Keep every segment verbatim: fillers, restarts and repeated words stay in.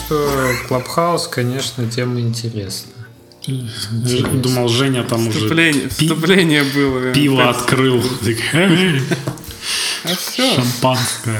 что Clubhouse, конечно, тема интересная. Думал, Женя там вступление, уже вступление пи- было. пиво открыл. А все. Шампанское.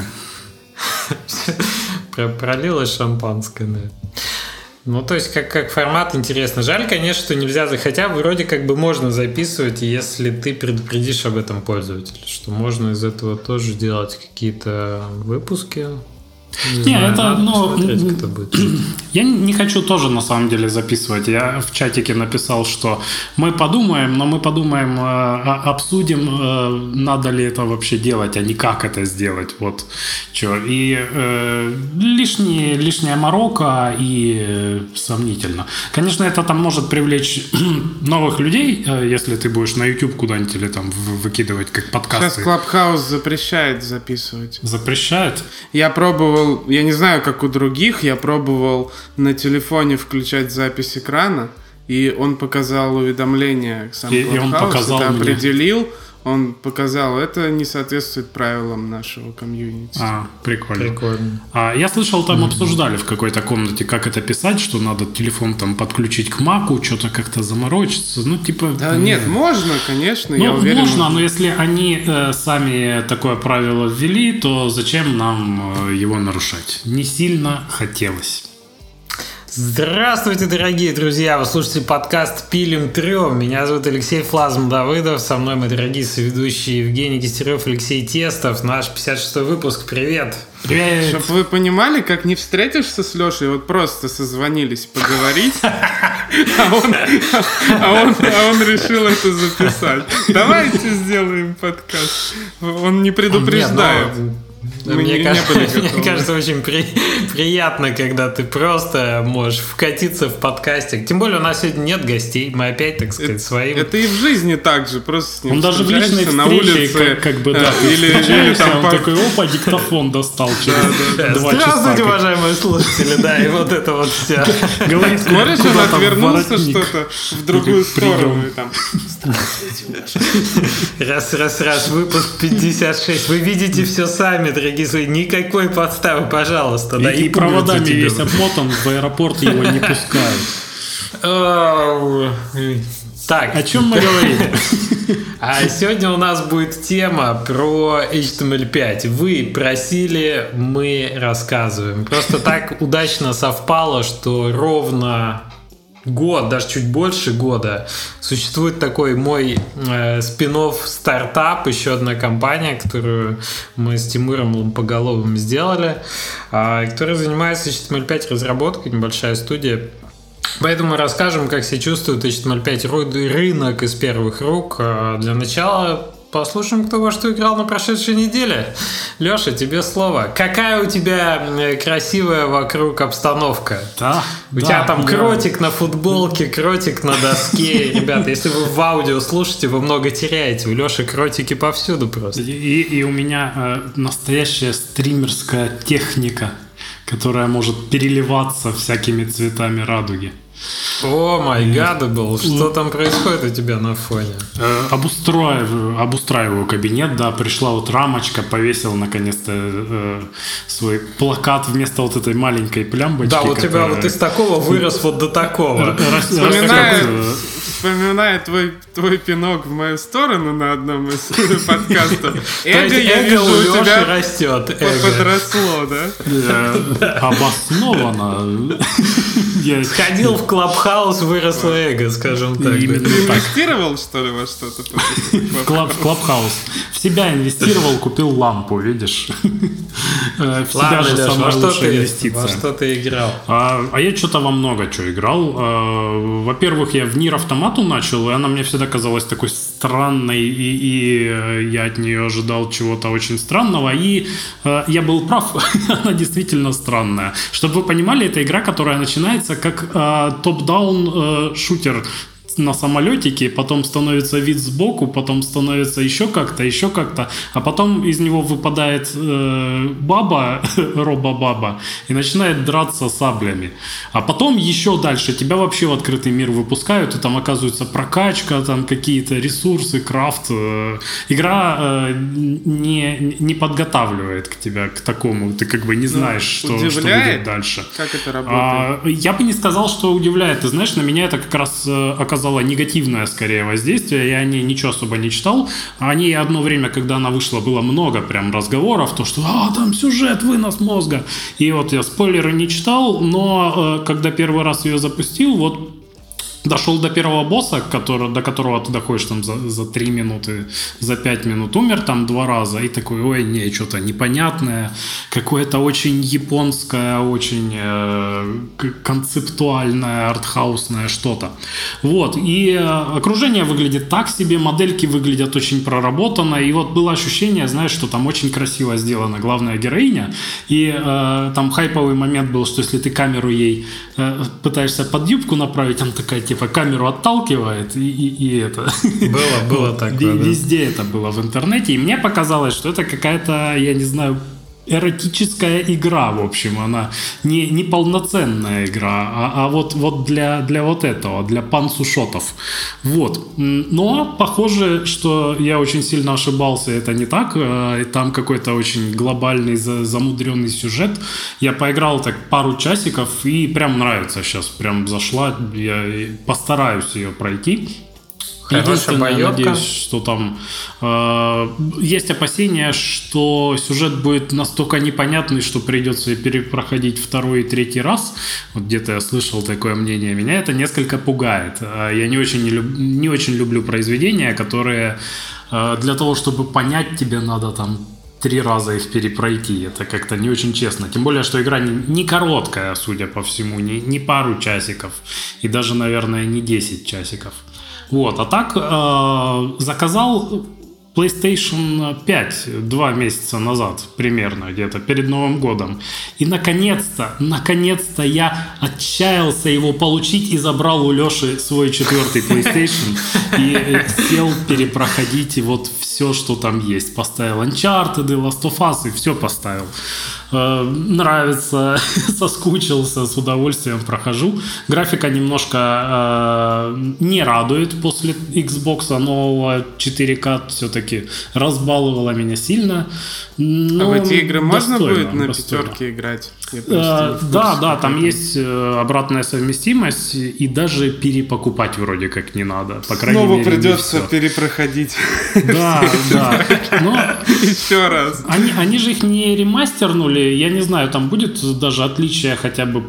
Пролилось шампанское, да. Ну, то есть, как, как формат интересно. Жаль, конечно, что нельзя... Хотя вроде как бы можно записывать, если ты предупредишь об этом пользователя, что можно из этого тоже делать какие-то выпуски. Не, не, знаю, это, ну, кто будет. Я не хочу тоже на самом деле записывать. Я в чатике написал, что мы подумаем, но мы подумаем, обсудим, надо ли это вообще делать, а не как это сделать. Вот что. И э, лишние, лишняя морока и сомнительно. Конечно, это там может привлечь новых людей, если ты будешь на YouTube куда-нибудь или там выкидывать как подкасты. Сейчас Clubhouse запрещает записывать. Запрещает? Я пробовал. Я не знаю, как у других, я пробовал на телефоне включать запись экрана, и он показал уведомление сам и, и он показал это мне. определил, он показал, это не соответствует правилам нашего комьюнити. А, прикольно. Прикольно. А, я слышал, там Mm-hmm. обсуждали в какой-то комнате, как это писать, что надо телефон там подключить к маку, что-то как-то заморочиться. Ну, типа... Да, нет, можно, конечно, ну, я уверен. можно, но если они э, сами такое правило ввели, то зачем нам э, его нарушать? Не сильно хотелось. Здравствуйте, дорогие друзья! Вы слушаете подкаст «Пилим трем». Меня зовут Алексей Флазм-Давыдов. Со мной мои дорогие соведущие Евгений Кистерев, Алексей Тестов. Наш пятьдесят шестой выпуск. Привет! Привет! Чтобы вы понимали, как не встретишься с Лешей, вот просто созвонились поговорить, а он, а, он, а он решил это записать. Давайте сделаем подкаст. Он не предупреждает. Мы мне, не, кажется, не мне кажется, очень при, приятно, когда ты просто можешь вкатиться в подкастик. Тем более у нас сегодня нет гостей, мы опять, так сказать, это, своим. Это и в жизни так же, просто с ним он даже в личной на встрече, улице, как, как бы, да, или, или там он по... такой, опа, диктофон достал через два часа. Здравствуйте, уважаемые слушатели, да, и вот это вот все. Говорит, смотришь, он отвернулся что-то в другую сторону. Здравствуйте, Раз, раз, раз, выпуск пятьдесят шесть. Вы видите все сами, дорогие свои. Никакой подставы, пожалуйста. И, да, и, и проводами весь обмотан, в аэропорт его не пускают. Так, о чем мы говорим? А сегодня у нас будет тема про эйч ти эм эль пять. Вы просили, мы рассказываем. Просто так удачно совпало, что ровно год, даже чуть больше года, существует такой мой э, спин-офф стартап, еще одна компания, которую мы с Тимуром Лампоголовым сделали, э, которая занимается эйч ти эм эль пять разработкой, небольшая студия. Поэтому расскажем, как себя чувствует эйч ти эм эль пять рынок из первых рук. Э, для начала послушаем, кто во что играл на прошедшей неделе. Леша, тебе слово. Какая у тебя красивая вокруг обстановка? Да, у да, тебя там я... кротик на футболке, кротик на доске. Ребята, если вы в аудио слушаете, вы много теряете. У Леши кротики повсюду просто. И, и у меня э, настоящая стримерская техника, которая может переливаться всякими цветами радуги. О май гад, был. Что там происходит у тебя на фоне? Э, обустраиваю, обустраиваю кабинет, да, пришла вот рамочка, повесил наконец-то э, свой плакат вместо вот этой маленькой плямбочки. Да, вот у тебя вот из такого вырос вот до такого. Вспоминаю твой, твой пинок в мою сторону на одном из подкастов. Эго, я вижу, у тебя растет. Подросло, да? Обоснованно. Сходил в Клабхаус, выросло эго, скажем так. Ты инвестировал, что ли, во что-то? В Клабхаус. В себя инвестировал, купил лампу, видишь? В себя же самая лучшая инвестиция. Во что ты играл? А я что-то во много чего играл. Во-первых, я в Нир Автомату начал, и она мне всегда казалась такой странной, и я от нее ожидал чего-то очень странного, и я был прав, она действительно странная. Чтобы вы понимали, это игра, которая начинается как топ-даун шутер на самолетике, потом становится вид сбоку, потом становится еще как-то, еще как-то, а потом из него выпадает э, баба, робо-баба, и начинает драться саблями. А потом еще дальше тебя вообще в открытый мир выпускают, и там оказывается прокачка, там какие-то ресурсы, крафт. Э, игра э, не, не подготавливает к тебя к такому, ты как бы не знаешь, ну, что, что будет дальше. Как это работает? А, я бы не сказал, что удивляет. Ты знаешь, на меня это как раз оказало негативное скорее воздействие. Я о ней ничего особо не читал. О ней одно время, когда она вышла, было много прям разговоров, то, что а, там сюжет, вынос мозга. И вот я спойлеры не читал, но когда первый раз ее запустил, вот дошел до первого босса, который, до которого ты доходишь там за, за три минуты, за пять минут, умер там два раза, и такой, ой, не, что-то непонятное, какое-то очень японское, очень э, концептуальное, артхаусное что-то. Вот, и э, окружение выглядит так себе, модельки выглядят очень проработанно, и вот было ощущение, знаешь, что там очень красиво сделана главная героиня, и э, там хайповый момент был, что если ты камеру ей э, пытаешься под юбку направить, она такая, типа, камеру отталкивает, и, и, и это... Было, было такое, да. Везде это было в интернете, и мне показалось, что это какая-то, я не знаю, эротическая игра, в общем, она не, не полноценная игра, а, а вот, вот для, для вот этого, для пансушотов. Вот. Но похоже, что я очень сильно ошибался, это не так. И там какой-то очень глобальный, замудренный сюжет. Я поиграл так пару часиков, и прям нравится сейчас, прям зашла. Я постараюсь ее пройти. Единственное, я надеюсь, что там э, есть опасения, что сюжет будет настолько непонятный, что придется перепроходить второй и третий раз. Вот где-то я слышал такое мнение. Меня это несколько пугает. Я не очень, не люб, не очень люблю произведения, которые э, для того, чтобы понять, тебе надо там три раза их перепройти. Это как-то не очень честно. Тем более, что игра не, не короткая, судя по всему, не, не пару часиков. И даже, наверное, не десять часиков. Вот, а так э, заказал PlayStation пять два месяца назад, примерно, где-то перед Новым годом. И наконец-то, наконец-то я отчаялся его получить и забрал у Леши свой четвертый PlayStation и сел перепроходить и вот все, что там есть. Поставил Uncharted, Last of Us и все поставил. Нравится, соскучился, с удовольствием прохожу. Графика немножко э, не радует после Xbox нового четыре ка, все-таки разбаловала меня сильно. Но а в эти игры можно будет на достойно. Пятерке играть? Э, да, да, там есть обратная совместимость, и даже перепокупать вроде как не надо. По крайней Снова мере, придется перепроходить. Да, да. Но еще раз. Они, они же их не ремастернули. Я не знаю, там будет даже отличие хотя бы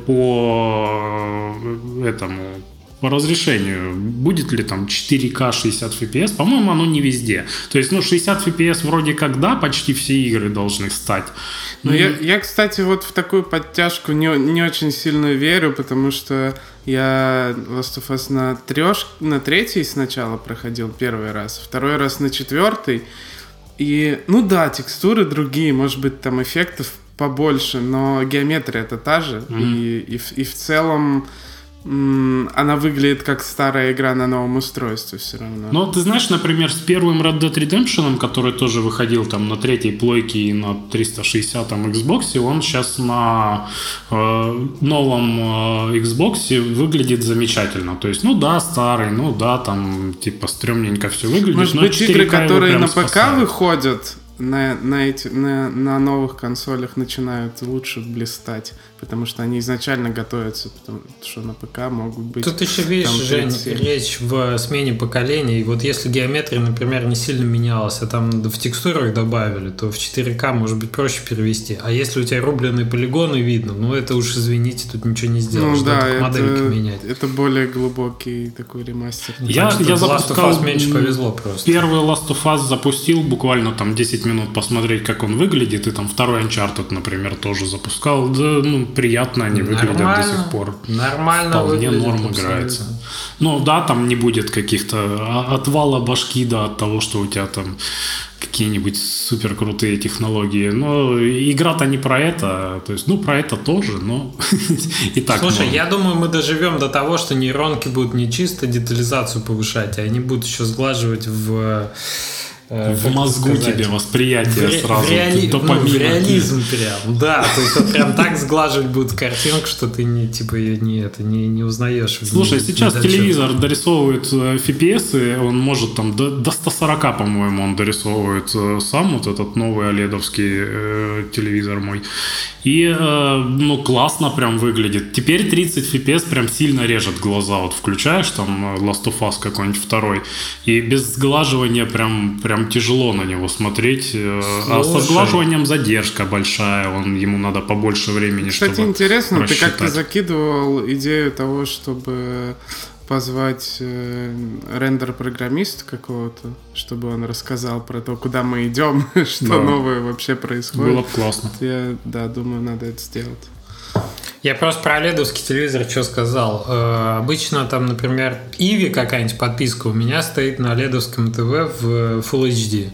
по этому, по разрешению. Будет ли там четыре ка шестьдесят эф пи эс? По-моему, оно не везде. То есть, ну, шестьдесят эф пи эс вроде как да, почти все игры должны стать. Ну, mm-hmm. я, я, кстати, вот в такую подтяжку не, не очень сильно верю, потому что я Last of Us на, трёш, на третий сначала проходил первый раз, второй раз на четвертый. И, ну да, текстуры другие, может быть, там эффектов побольше, но геометрия это та же. Mm-hmm. И, и, и в целом м- она выглядит как старая игра на новом устройстве все равно. Ну, ты знаешь, например, с первым Red Dead Redemption, который тоже выходил там на третьей плойке и на триста шестидесятом Xbox, он сейчас на э, новом э, Xbox выглядит замечательно. То есть, ну да, старый, ну да, там типа стрёмненько все выглядит. Может быть, игры, которые на ПК спасают. Выходят, на, на, эти, на, на новых консолях начинают лучше блистать, потому что они изначально готовятся, потому что на ПК могут быть... Тут еще, видишь, Жень, речь в смене поколений. Вот если геометрия, например, не сильно менялась, а там в текстурах добавили, то в четыре ка может быть проще перевести. А если у тебя рубленые полигоны видно, ну это уж, извините, тут ничего не сделаешь. Ну да, это, модельки менять. Это более глубокий такой ремастер. Я, я запускал... Last of Us меньше повезло просто. Первый Last of Us запустил буквально там десять минут посмотреть, как он выглядит, и там второй Uncharted, например, тоже запускал. Да, ну, приятно они выглядят нормально, до сих пор. Нормально вполне выглядит, норм играется. Ну да, там не будет каких-то отвала башки, да, от того, что у тебя там какие-нибудь супер крутые технологии. Но игра-то не про это. То есть, ну, про это тоже, но и так. Слушай, я думаю, мы доживем до того, что нейронки будут не чисто детализацию повышать, а они будут еще сглаживать в... В мозгу сказать, тебе восприятие в, сразу. В, реали... ну, в реализм прям. Да, то есть вот прям так сглаживать будет картинку, что ты не, типа, ее не, это, не, не узнаешь. Слушай, не, сейчас не телевизор дорисовывает эф пи эс, он может там до, до сто сорок, по-моему, он дорисовывает сам вот этот новый оледовский э, телевизор мой. И, э, ну, классно прям выглядит. Теперь тридцать эф пи эс прям сильно режет глаза. Вот включаешь там Last of Us какой-нибудь второй, и без сглаживания прям, прям тяжело на него смотреть. Слушай. А со сглаживанием задержка большая, он, ему надо побольше времени, Кстати, чтобы интересно, рассчитать. Ты как-то закидывал идею того, чтобы позвать э, рендер-программиста какого-то, чтобы он рассказал про то, куда мы идем, что да. новое вообще происходит. Было бы классно. Я, да, думаю, надо это сделать. Я просто про оледовский телевизор что сказал. Э, обычно там, например, Иви какая-нибудь подписка у меня стоит на оледовском ТВ в Full эйч ди.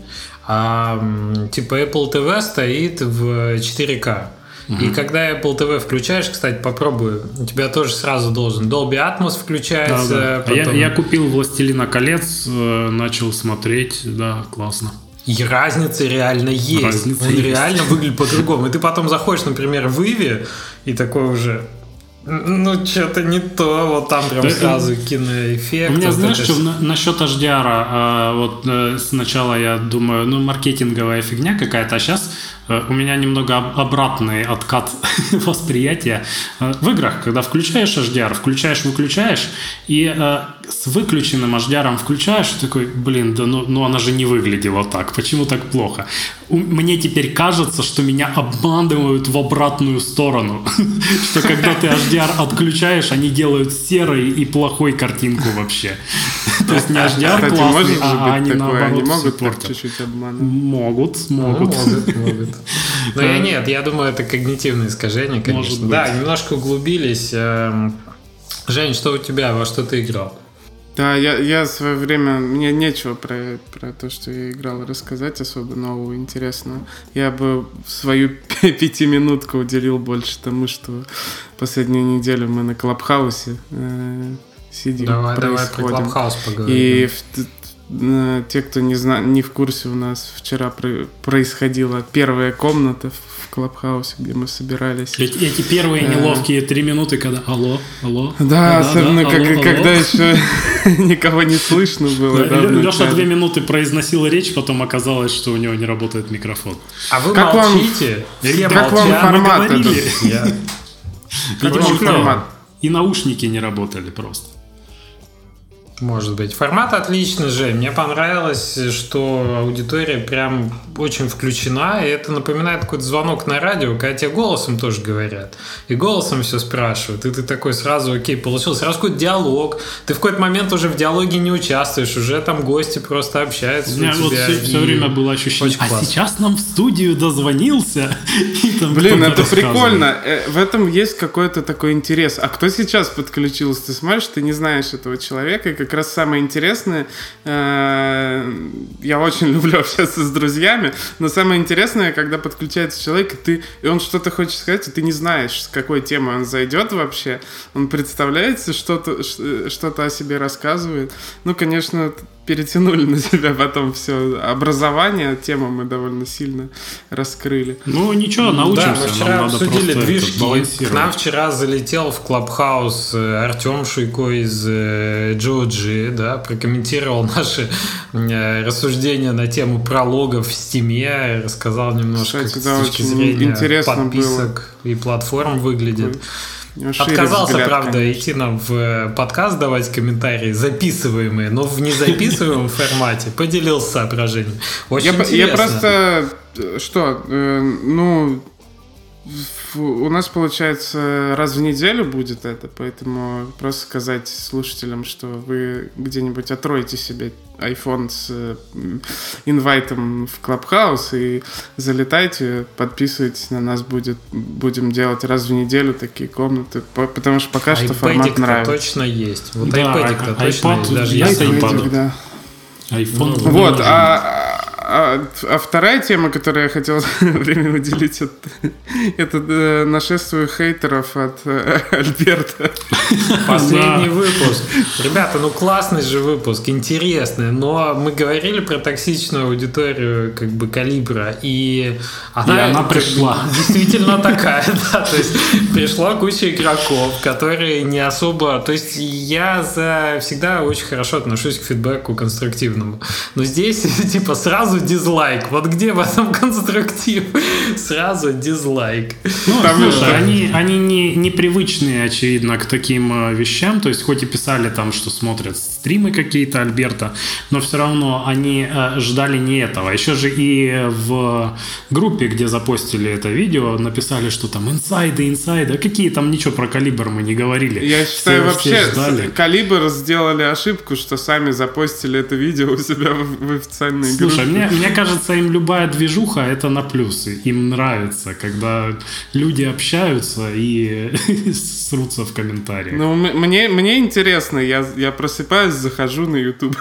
А типа Apple ти ви стоит в четыре ка. И uh-huh. когда Apple ти ви включаешь, кстати, попробуй, у тебя тоже сразу должен Dolby Atmos включается. Да, да. Потом... Я, я купил «Властелина колец», начал смотреть, да, классно. И разница реально есть. Разница Он есть. реально выглядит по-другому. И ты потом заходишь, например, в Иви, и такой уже... Ну, что-то не то, вот там прям да, сразу киноэффект. У меня, вот знаешь, это... что на, насчет эйч ди ар, а, вот а, сначала я думаю, ну, маркетинговая фигня какая-то, а сейчас а, у меня немного обратный откат восприятия. А, в играх, когда включаешь эйч ди ар, включаешь-выключаешь, и а, с выключенным эйч ди ар включаешь, и такой, блин, да ну, ну она же не выглядела так, почему так плохо? У, мне теперь кажется, что меня обманывают в обратную сторону, что когда ты эйч ди ар отключаешь, они делают серой и плохой картинку вообще. То есть не эйч ди ар классный, а они наоборот они могут так чуть-чуть обманывать? Могут, могут. Могут, могут. Но я нет, я думаю, это когнитивное искажение, конечно. Да, немножко углубились. Жень, что у тебя, во что ты играл? Да, я, я в свое время... Мне нечего про, про то, что я играл, рассказать особо нового, интересного. Я бы свою пятиминутку уделил больше тому, что последнюю неделю мы на Клабхаусе э, сидим, давай, происходим. Давай про Клабхаус поговорим. И в, э, те, кто не, зна, не в курсе, у нас вчера про, происходила первая комната в Клабхаусе, где мы собирались. Эти, эти первые неловкие три минуты, когда алло, алло. Да, да особенно да, как, алло, когда алло. еще никого не слышно было. Да, Леша две минуты произносил речь, потом оказалось, что у него не работает микрофон. А вы как молчите. Вам, как молчат. Вам формат этот? Видимо, формат. И наушники не работали просто. Может быть. Формат отличный же. Мне понравилось, что аудитория прям очень включена. И это напоминает какой-то звонок на радио, когда тебе голосом тоже говорят. И голосом все спрашивают. И ты такой сразу, окей, получил сразу какой-то диалог. Ты в какой-то момент уже в диалоге не участвуешь. Уже там гости просто общаются. У меня вот все, все время было ощущение, а классно. Сейчас нам в студию дозвонился. Блин, это прикольно. В этом есть какой-то такой интерес. А кто сейчас подключился? Ты смотришь, ты не знаешь этого человека, и как Как раз самое интересное, э, я очень люблю общаться с друзьями, но самое интересное, когда подключается человек, и, ты, и он что-то хочет сказать, и ты не знаешь, с какой темой он зайдет вообще. Он представляется, что-то, что-то о себе рассказывает. Ну, конечно, перетянули на себя потом все образование, тему мы довольно сильно раскрыли. Ну, ничего, научимся. Да, мы вчера обсудили движки. К нам вчера залетел в Клабхаус Артем Шуйко из джи о джи, да, прокомментировал наши рассуждения на тему прологов в Стиме, рассказал немножко Кстати, с да, точки зрения подписок было. И платформ выглядит. Отказался, взгляд, правда, конечно. идти нам в подкаст давать комментарии записываемые, но в незаписываемом формате поделился соображением. Очень я, интересно. Я просто... Что? Э, ну... У нас, получается, раз в неделю будет это, поэтому просто сказать слушателям, что вы где-нибудь откроете себе iPhone с инвайтом в Clubhouse и залетайте, подписывайтесь на нас, будет, будем делать раз в неделю такие комнаты, потому что пока что формат нравится. Точно есть. Вот да, iPad-то точно iPad, есть. Даже есть iPad. Да. iPhone. Вот, а... а, а вторая тема, которую я хотел время уделить, это, это э, нашествие хейтеров от э, Альберта. Последний выпуск. Ребята, ну классный же выпуск, интересный, но мы говорили про токсичную аудиторию как бы калибра, и она, и она пришла. Действительно такая, да, то есть пришла куча игроков, которые не особо... То есть я за всегда очень хорошо отношусь к фидбэку конструктивному, но здесь типа сразу дизлайк. Вот где в этом конструктив? Сразу дизлайк. Ну, слушай, они, они не, непривычные, очевидно, к таким вещам. То есть, хоть и писали там, что смотрят стримы какие-то Альберта, но все равно они э, ждали не этого. Еще же и в группе, где запостили это видео, написали, что там инсайды, инсайды. А какие там, ничего про Калибр мы не говорили. Я считаю, все, вообще Калибр сделали ошибку, что сами запостили это видео у себя в, в официальной группе. Слушай, мне, мне кажется, им любая движуха это на плюсы. Им нравится, когда люди общаются и срутся в комментариях. Ну, мне, мне интересно, я, я просыпаюсь, захожу на YouTube,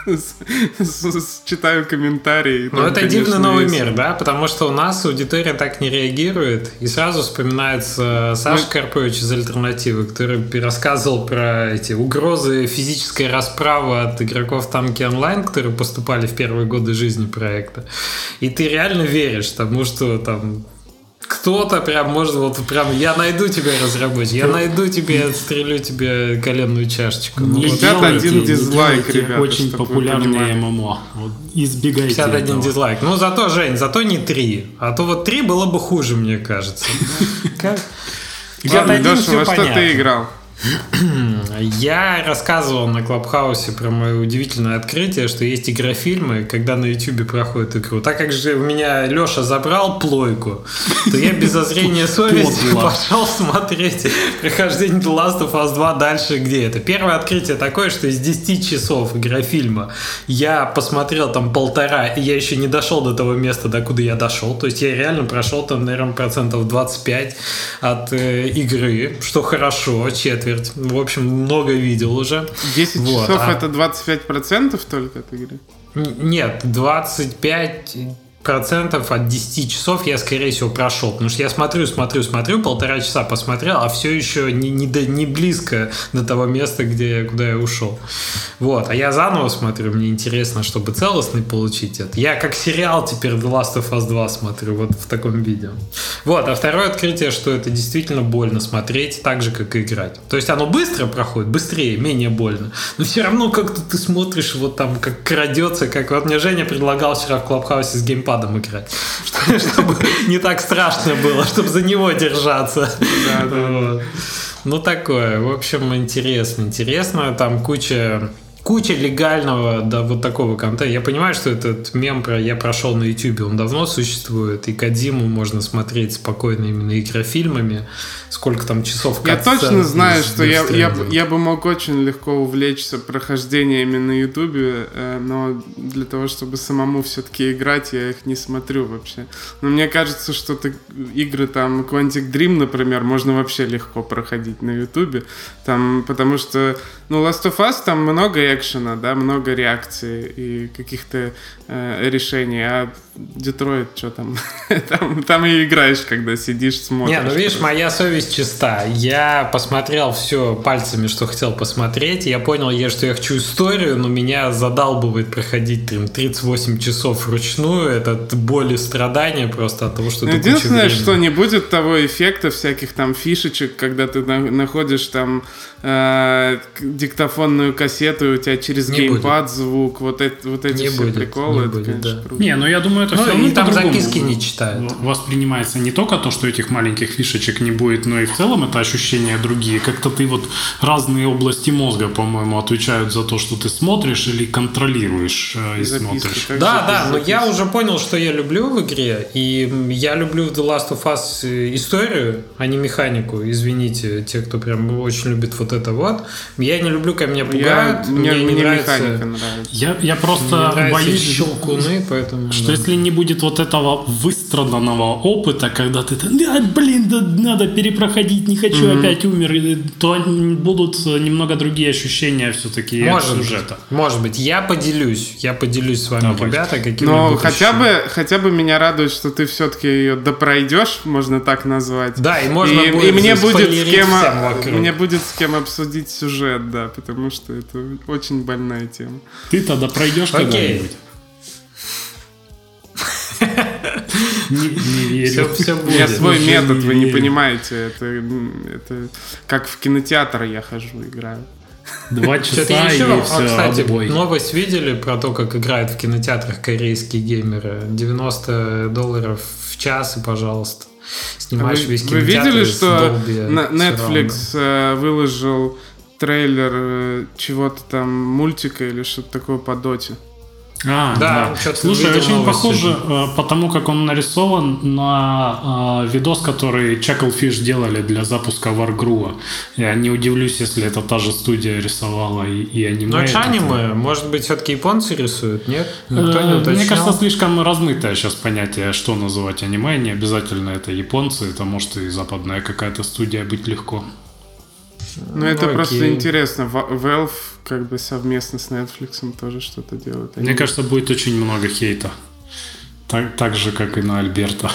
читаю комментарии. Ну, это дивный новый мир, да? Потому что у нас аудитория так не реагирует, и сразу вспоминается Саша Карпович из «Альтернативы», который рассказывал про эти угрозы физической расправы от игроков Танки Онлайн, которые поступали в первые годы жизни проекта. И ты реально веришь тому, что там... Кто-то прям может, вот прям, я найду тебя, разработчик, я найду тебе, отстрелю тебе коленную чашечку. Не ну, пятьдесят один дизлайк, ребята. Очень популярные ММО. Вот, избегайте пятьдесят один этого. Дизлайк. Ну, зато, Жень, зато не три. А то вот три было бы хуже, мне кажется. Ладно, Леша, во что ты играл? Я рассказывал на Клабхаусе про мое удивительное открытие, что есть игрофильмы, когда на Ютубе проходит игру. Так как же у меня Леша забрал плойку, то я без зазрения совести пошел смотреть прохождение The Last of Us два дальше, где это. Первое открытие такое, что из десяти часов игрофильма я посмотрел там полтора, и я еще не дошел до того места, до куда я дошел. То есть я реально прошел там, наверное, процентов двадцать пять от э, игры, что хорошо, четверть. В общем, много видел уже. десять вот. часов а... это двадцать пять процентов только от игры? Нет, двадцать пять процентов от десяти часов я, скорее всего, прошел. Потому что я смотрю, смотрю, смотрю, полтора часа посмотрел, а все еще не, не, до, не близко до того места, где, куда я ушел. Вот. А я заново смотрю, мне интересно, чтобы целостный получить это. Я как сериал теперь The Last of Us два смотрю вот в таком видео. Вот. А второе открытие, что это действительно больно смотреть, так же, как и играть. То есть оно быстро проходит, быстрее, менее больно. Но все равно как-то ты смотришь, вот там, как крадется, как вот мне Женя предлагал вчера в Клабхаусе с геймпадом играть, чтобы не так страшно было, чтобы за него держаться. Да, да. Ну, такое. В общем, интересно. Интересно. Там куча... Куча легального, да, вот такого контента. Я понимаю, что этот мем про «я прошел на Ютубе», он давно существует, и Кодзиму можно смотреть спокойно именно игрофильмами. Сколько там часов Я точно знаю, что я, я, я бы мог очень легко увлечься прохождениями на Ютубе, но для того, чтобы самому все-таки играть, я их не смотрю вообще. Но мне кажется, что ты, игры там Quantic Dream, например, можно вообще легко проходить на Ютубе, там, потому что, ну, Last of Us там много экшена, да, много реакций и каких-то э, решений, а Детройт, что там? там? Там и играешь, когда сидишь, смотришь. Не, ну видишь, моя совесть чиста. Я посмотрел все пальцами, что хотел посмотреть. Я понял, что я хочу историю, но меня задалбывает проходить там, тридцать восемь часов вручную. Это боль и страдания просто от того, что ты единственное, что не будет того эффекта всяких там фишечек, когда ты на- находишь там э, диктофонную кассету, и у тебя через не геймпад будет. Звук, вот, это, вот эти не все будет, приколы, не это, будет, конечно, да. круто. Не, ну я думаю, это ну, все равно и там записки не читают. Воспринимается не только то, что этих маленьких фишечек не будет, но и в целом это ощущения другие. Как-то ты вот разные области мозга, по-моему, отвечают за то, что ты смотришь или контролируешь э, и записки, смотришь. Да, да, но я уже понял, что я люблю в игре, и я люблю в The Last of Us историю, а не механику. Извините, те, кто прям очень любит вот это вот. Я не люблю, когда меня пугают. Я, мне мне, мне, мне не механика нравится, нравится. Я, я просто мне боюсь, щелкуны, поэтому... что да. если не будет вот этого выстраданного опыта, когда ты, да, блин, да, надо перепроходить, не хочу, mm-hmm. опять умер, то будут немного другие ощущения все-таки от сюжета. Быть, может быть. Я поделюсь. Я поделюсь с вами, Давай. ребята, какими Но хотя бы, хотя бы меня радует, что ты все-таки ее допройдешь, можно так назвать. Да, и можно и, будет и мне будет с кем, вокруг. мне будет с кем обсудить сюжет, да, потому что это очень больная тема. Ты тогда пройдешь когда-нибудь? Не, не верю. Все, все У меня свой Уже метод, не вы не верю. понимаете. Это, это как в кинотеатр я хожу, играю. Два Что-то часа и еще, все, а, кстати, отбой. новость видели про то, как играют в кинотеатрах корейские геймеры? девяносто долларов в час, и, пожалуйста, снимаешь Вы, весь вы кинотеатр видели, с что Dolby на- Netflix Surround? э, выложил трейлер э, чего-то там, мультика или что-то такое по доте? А, Да, да. что-то Слушай, видел очень новости. похоже, э, потому как он нарисован на э, видос, который Chucklefish делали для запуска Wargroove. Я не удивлюсь, если это та же студия рисовала и, и аниме. Ну, это же это- аниме. Может быть, все-таки японцы рисуют, нет? Никто не Э, уточнял. Мне кажется, слишком размытое сейчас понятие, что называть аниме. Не обязательно это японцы, это может и западная какая-то студия быть легко. Ну, это окей. просто интересно. Ва- Valve как бы совместно с Netflix тоже что-то делает. Они- Мне кажется, будет очень много хейта. Так, так же, как и на Альберта.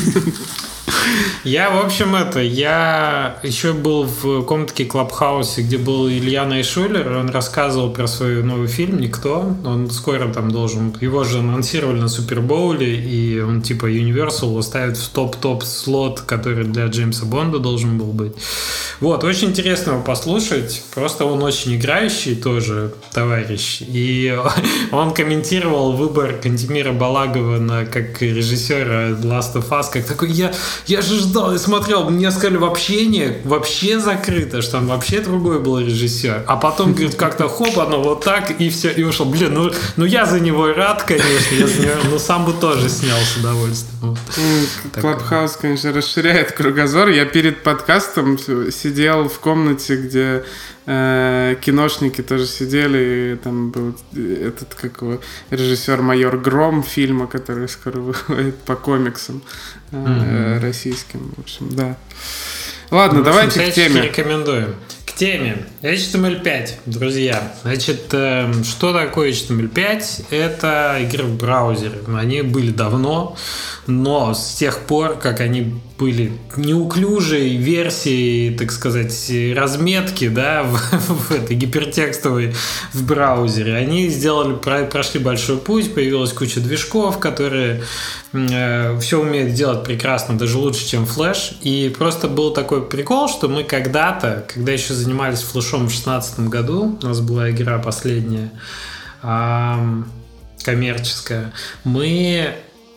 Я, в общем, это, я еще был в комнатке Клабхаусе, где был Илья Найшулер, он рассказывал про свой новый фильм «Никто», он скоро там должен, его же анонсировали на Супербоуле, и он типа Universal ставит в топ-топ слот, который для Джеймса Бонда должен был быть. Вот, очень интересно его послушать, просто он очень играющий тоже товарищ, и он комментировал выбор Кантемира Балагова на, как режиссера Last of Us, как такой, я Я же ждал и смотрел, мне сказали, вообще не, вообще закрыто, что там вообще другой был режиссер. А потом, говорит, как-то хоп, оно вот так, и все, и ушел. Блин, ну, ну я за него рад, конечно, я за него, но сам бы тоже снял с удовольствием. Вот. Клабхаус, конечно, расширяет кругозор. Я перед подкастом сидел в комнате, где э, киношники тоже сидели, и там был этот, как его, режиссер майор Гром фильма, который скоро выходит по комиксам э, mm-hmm. российским. В общем, да. Ладно, в общем, давайте к теме. Рекомендуем. К теме. эйч ти эм эль пять, друзья. Значит, э, что такое эйч ти эм эль пять? Это игры в браузере. Они были давно, но с тех пор, как они были неуклюжей версией, так сказать, разметки, да, в, в этой гипертекстовой в браузере, они сделали, прошли большой путь, появилась куча движков, которые э, все умеют делать прекрасно, даже лучше, чем Flash. И просто был такой прикол, что мы когда-то, когда еще занимались флешом в шестнадцатом году, у нас была игра последняя, э, коммерческая, мы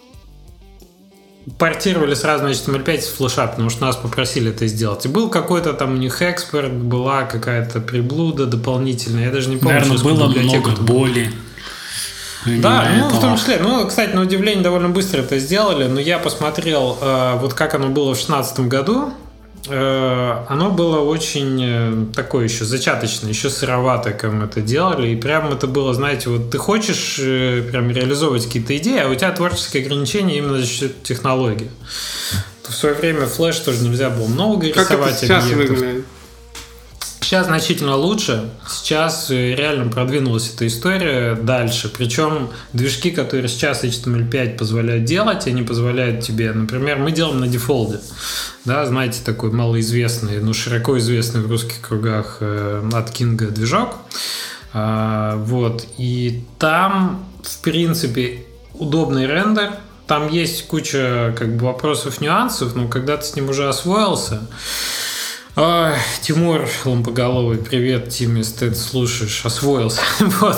портировали сразу на эйч ти эм эль пять с флеша, потому что нас попросили это сделать. И был какой-то там у них экспорт, была какая-то приблуда дополнительная. Я даже не помню, Наверное, что было библиотеку много боли. Да, ну, в том числе. Ну, кстати, на удивление, довольно быстро это сделали. Но я посмотрел, э, вот как оно было в шестнадцатом году. Э, оно было очень э, такое еще зачаточное, еще сыровато, как мы это делали. И прям это было, знаете, вот ты хочешь э, прям реализовывать какие-то идеи, а у тебя творческие ограничения именно за счет технологий. В свое время Flash тоже нельзя было много как рисовать это сейчас объектов. выглядит? Сейчас значительно лучше. Сейчас реально продвинулась эта история дальше. Причем движки, которые сейчас эйч ти эм эль пять позволяют делать, они позволяют тебе, например, мы делаем на дефолде. Да, знаете, такой малоизвестный, но широко известный в русских кругах э, от Кинга движок. А, вот. И там, в принципе, удобный рендер. Там есть куча как бы вопросов, нюансов, но когда ты с ним уже освоился... Ой, Тимур Лампоголовый, привет, Тим, если ты слушаешь, освоился, вот,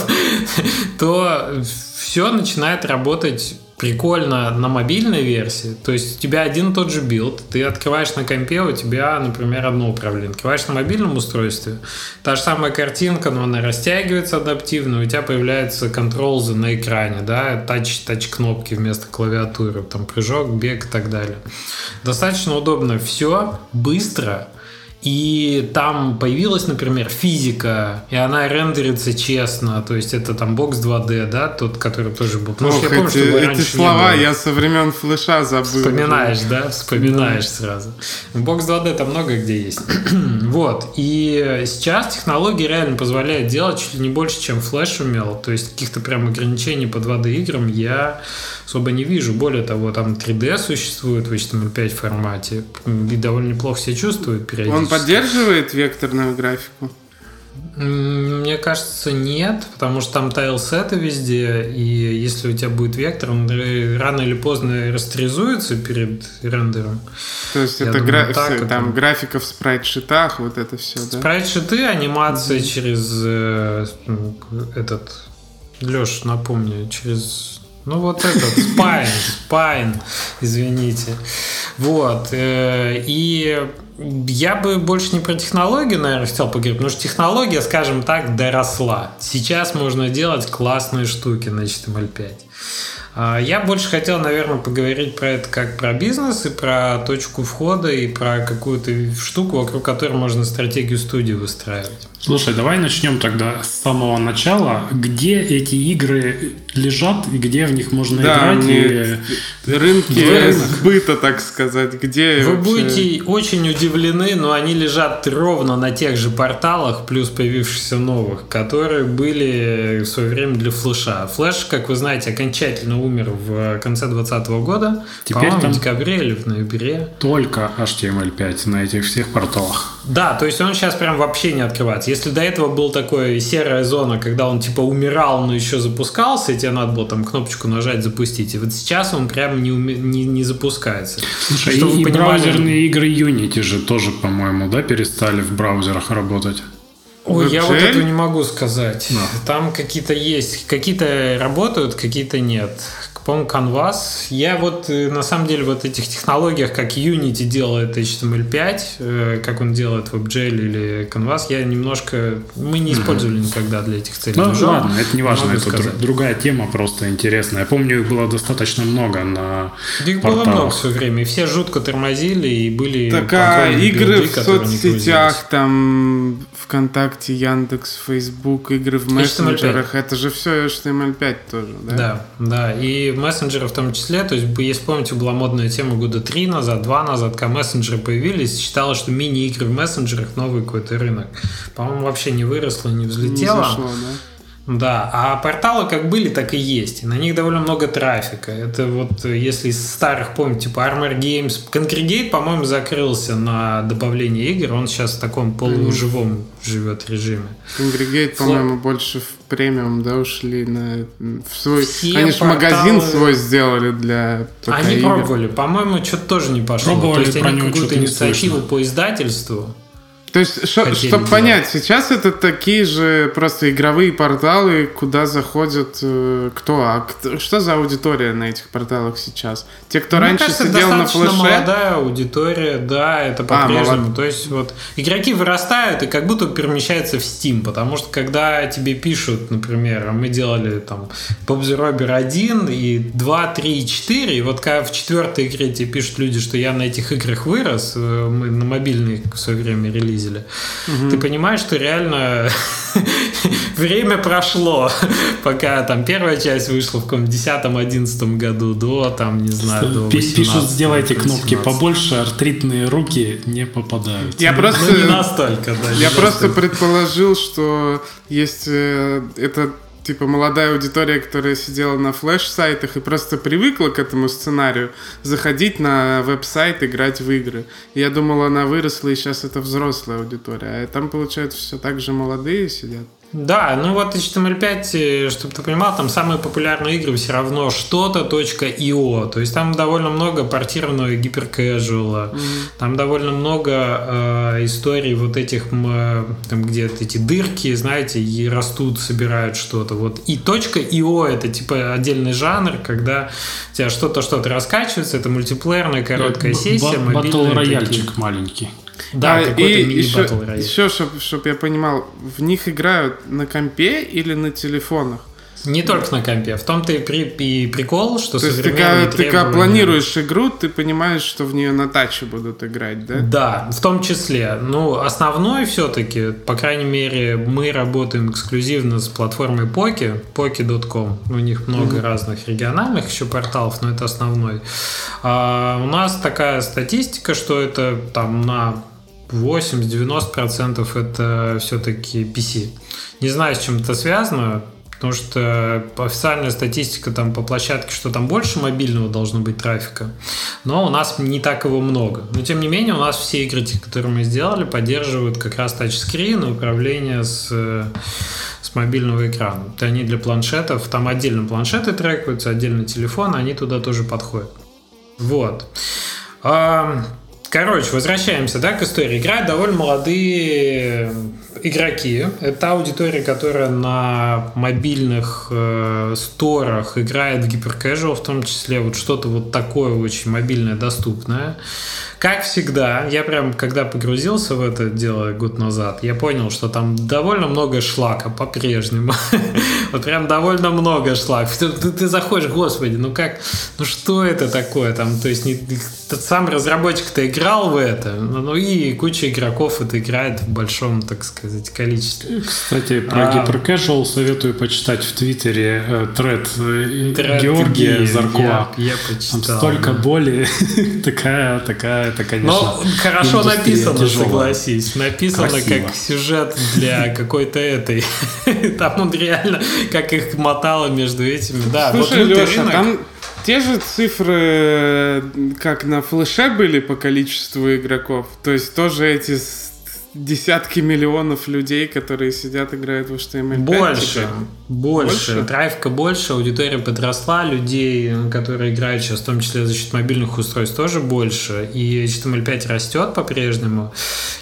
то все начинает работать прикольно на мобильной версии. То есть у тебя один и тот же билд, ты открываешь на компе, у тебя, например, одно управление. Открываешь на мобильном устройстве, та же самая картинка, но она растягивается адаптивно, у тебя появляются контролзы на экране, да, тач, тач-кнопки вместо клавиатуры, там прыжок, бег и так далее. Достаточно удобно все, быстро. И там появилась, например, физика, и она рендерится честно, то есть это там бокс два дэ, да, тот, который тоже был. Потому Ох, что я помню, эти, что его эти раньше слова не было. я со времен флеша забыл. Вспоминаешь, да? Вспоминаешь да. сразу. бокс два дэ там много где есть. Вот. И сейчас технологии реально позволяют делать чуть ли не больше, чем флеш умел. То есть каких-то прям ограничений по два дэ играм я особо не вижу. Более того, там три дэ существует в эйч ти эм эль пять формате. И довольно неплохо себя чувствует периодически. Он поддерживает векторную графику? Мне кажется, нет, потому что там тайлсеты везде, и если у тебя будет вектор, он рано или поздно растеризуется перед рендером. То есть Я это думаю, гра... так все, там это... графика в спрайт-шитах, вот это все, да? Спрайт-шиты, анимация mm-hmm. через э, этот... Леш, напомни, через... Ну, вот этот, спайн, спайн, извините. Вот. И я бы больше не про технологию, наверное, хотел поговорить, потому что технология, скажем так, доросла. Сейчас можно делать классные штуки на эйч ти эм эль пять. Я больше хотел, наверное, поговорить про это как про бизнес и про точку входа и про какую-то штуку, вокруг которой можно стратегию студии выстраивать. Слушай, давай начнем тогда с самого начала. Где эти игры лежат и где в них можно да, играть? И... Рынки сбыта, так сказать. Где Вы вообще... будете очень удивлены, но они лежат ровно на тех же порталах, плюс появившихся новых, которые были в свое время для флеша. Флеш, как вы знаете, окончательно умер в конце двадцатого года. Теперь по-моему, там в декабре или в ноябре. Только эйч ти эм эль пять на этих всех порталах. Да, то есть он сейчас прям вообще не открывается. Если до этого был такой серая зона, когда он типа умирал, но еще запускался, и тебе надо было там кнопочку нажать «Запустить». И вот сейчас он прям не, уми... не, не запускается. Слушай, и, и понимали... браузерные игры Unity же тоже, по-моему, да, перестали в браузерах работать? Ой, я вот этого не могу сказать. Да. Там какие-то есть, какие-то работают, какие-то нет. По-моему, Canvas. Я вот на самом деле вот этих технологиях, как Unity делает эйч ти эм эль пять, как он делает WebGL или Canvas, я немножко... Мы не использовали mm-hmm. никогда для этих целей. Ну Движок, ладно, это не важно, это сказать. Другая тема просто интересная. Я помню, их было достаточно много на Их порталах. было много все время, и все жутко тормозили, и были... Так, а игры в соцсетях, там ВКонтакте, Яндекс, Фейсбук, игры в мессенджерах, это же все эйч ти эм эль пять тоже, да? Да, да, и мессенджеры в том числе, то есть, если помните, была модная тема года три назад, два назад, когда мессенджеры появились, считалось, что мини-игры в мессенджерах новый какой-то рынок. По-моему, вообще не выросло, не взлетело. Не зашло, да? Да, а порталы как были, так и есть. И на них довольно много трафика. Это вот, если из старых, помните, типа Armor Games, Congregate, по-моему, закрылся на добавление игр. Он сейчас в таком полуживом mm-hmm. живет режиме. Congregate, по-моему, Фло... больше в премиум, да, ушли на в свой. Все Они же порталы... магазин свой сделали для ПК Они игр. Пробовали. По-моему, что-то тоже не пошло. Пробовали, То есть они какую-то инициативу по издательству. То есть, чтобы понять, сейчас это такие же просто игровые порталы, куда заходят э, кто, а кто, что за аудитория на этих порталах сейчас? Те, кто Мне раньше кажется, сидел на флеше? Молодая аудитория, да, это по-прежнему. А, То есть вот игроки вырастают и как будто перемещаются в Steam, потому что когда тебе пишут, например, мы делали там Bob's Robber один и два, три и четыре, и вот когда в четвертой игре тебе пишут люди, что я на этих играх вырос, мы на мобильные в свое время релизили, угу. Ты понимаешь, что реально время прошло, пока там первая часть вышла в каком-то десятом-одиннадцатом году до, там, не знаю, до восемнадцатого. Пишут, сделайте кнопки побольше, артритные руки не попадают. Я ну, просто, не настолько, да. Я просто предположил, что есть э, это типа молодая аудитория, которая сидела на флеш-сайтах и просто привыкла к этому сценарию заходить на веб-сайт, играть в игры. И я думал, она выросла, и сейчас это взрослая аудитория. А там, получается, все так же молодые сидят. Да, ну вот эйч ти эм эль пять, чтобы ты понимал, там самые популярные игры все равно что-то .io, то есть там довольно много портированного гиперкэжуала, mm-hmm. там довольно много э, историй вот этих, э, там где эти дырки, знаете, и растут, собирают что-то, вот. И .io это типа отдельный жанр, когда у тебя что-то, что-то раскачивается, это мультиплеерная короткая сессия, мобильная. Батл-рояльчик маленький. Да, а, какой-то и мини-батл рояль. Еще, чтобы чтоб я понимал, в них играют на компе или на телефонах? Не только на компе. В том-то и, при, и прикол, что То есть ты, современные когда, ты требования... когда планируешь игру, ты понимаешь, что в нее на таче будут играть, да? Да, в том числе. Ну, основной все-таки, по крайней мере, мы работаем эксклюзивно с платформой Poki, поки точка ком. У них много mm-hmm. разных региональных еще порталов, но это основной. А у нас такая статистика, что это там на восемьдесят-девяносто процентов это все-таки пи си. Не знаю, с чем это связано, потому что официальная статистика там по площадке, что там больше мобильного должно быть трафика, но у нас не так его много. Но тем не менее у нас все игры, которые мы сделали, поддерживают как раз тачскрин и управление с, с мобильного экрана. Это они для планшетов, там отдельно планшеты трекаются, отдельно телефон, они туда тоже подходят. Вот. Короче, возвращаемся, да, к истории. Играют довольно молодые игроки. Это аудитория, которая на мобильных э, сторах играет в гиперкэжуал, в том числе вот что-то вот такое очень мобильное, доступное. Как всегда, я прям, когда погрузился в это дело год назад, я понял, что там довольно много шлака по-прежнему. Вот прям довольно много шлака. Ты, ты, ты заходишь, господи, ну как, ну что это такое там? То есть не, тот сам разработчик-то играл в это, ну и куча игроков это играет в большом, так сказать, количестве. Кстати, про а, гиперкэжуал советую почитать в Твиттере э, тред, э, тред Георгия Заркова. Я, я почитал. Там столько да. боли, такая, такая. Это, конечно, но хорошо написано, тяжелая. Согласись. Написано красиво. Как сюжет для какой-то этой. Там он реально как их мотало между этими. Да, слушай, вот Леша, рынок... там те же цифры, как на флеше были по количеству игроков. То есть тоже эти десятки миллионов людей, которые сидят, играют в эйч ти эм эль пять. Больше, больше. больше. Трафика больше, аудитория подросла, людей, которые играют сейчас, в том числе за счет мобильных устройств, тоже больше. И эйч ти эм эль пять растет по-прежнему.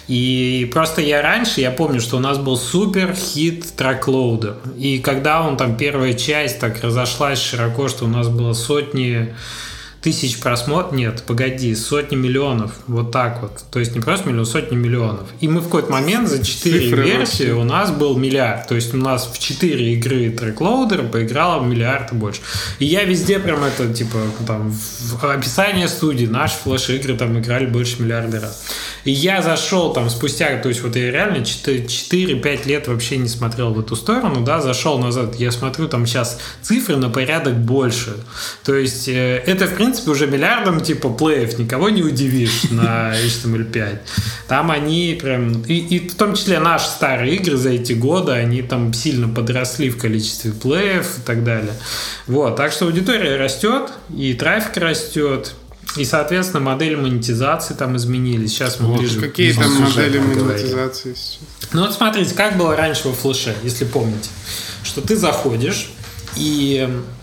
И просто я раньше, я помню, что у нас был супер хит TrackLoader. И когда он там, первая часть так разошлась широко, что у нас было сотни... тысяч просмотров, нет, погоди, сотни миллионов, вот так вот, то есть не просто миллион, сотни миллионов. И мы в какой-то момент за четыре версии у нас был миллиард, то есть у нас в четыре игры трек-лоудера поиграло в миллиард и больше. И я везде прям это, типа, там, в описании студии, наши флеш-игры там играли больше миллиарда раз. И я зашел там спустя, то есть вот я реально четыре-пять лет вообще не смотрел в эту сторону, да, зашел назад, я смотрю, там сейчас цифры на порядок больше. То есть э, это, в принципе, В принципе, уже миллиардом типа плеев никого не удивишь на эйч ти эм эль пять. Там они прям... И, и в том числе наши старые игры за эти годы, они там сильно подросли в количестве плеев и так далее. Вот. Так что аудитория растет, и трафик растет, и, соответственно, модели монетизации там изменились. Сейчас мы вот, ближе... Какие там модели монетизации сейчас? Ну вот смотрите, как было раньше во флеше, если помните. Что ты заходишь и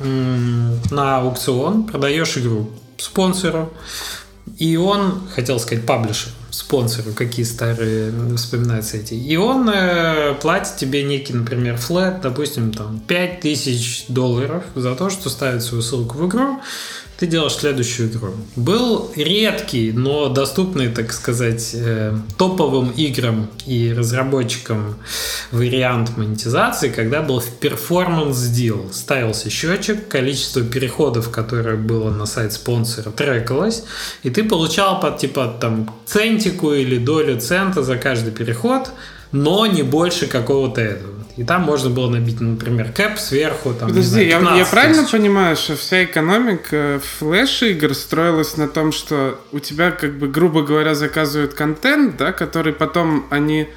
м- на аукцион продаешь игру спонсору, и он, хотел сказать паблишеру, спонсору, какие старые вспоминаются эти, и он э, платит тебе некий, например, флэт, допустим, там пять тысяч долларов за то, что ставит свою ссылку в игру, ты делаешь следующую игру. Был редкий, но доступный, так сказать, э, топовым играм и разработчикам вариант монетизации, когда был перформанс-дил. Ставился счетчик, количество переходов, которое было на сайт спонсора, трекалось, и ты получал под типа там центику или долю цента за каждый переход, но не больше какого-то этого. И там можно было набить, например, кэп сверху. Там, подожди, знаю, я, я правильно понимаю, что вся экономика флеш-игр строилась на том, что у тебя, как бы, грубо говоря, заказывают контент, да, который потом они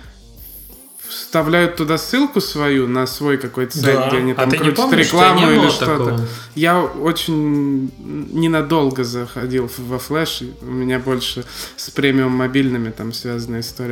вставляют туда ссылку свою на свой какой-то сайт, да. Где они там а крутят помнишь, рекламу или что-то. Такого? Я очень ненадолго заходил во флеш, у меня больше с премиум мобильными там связана история.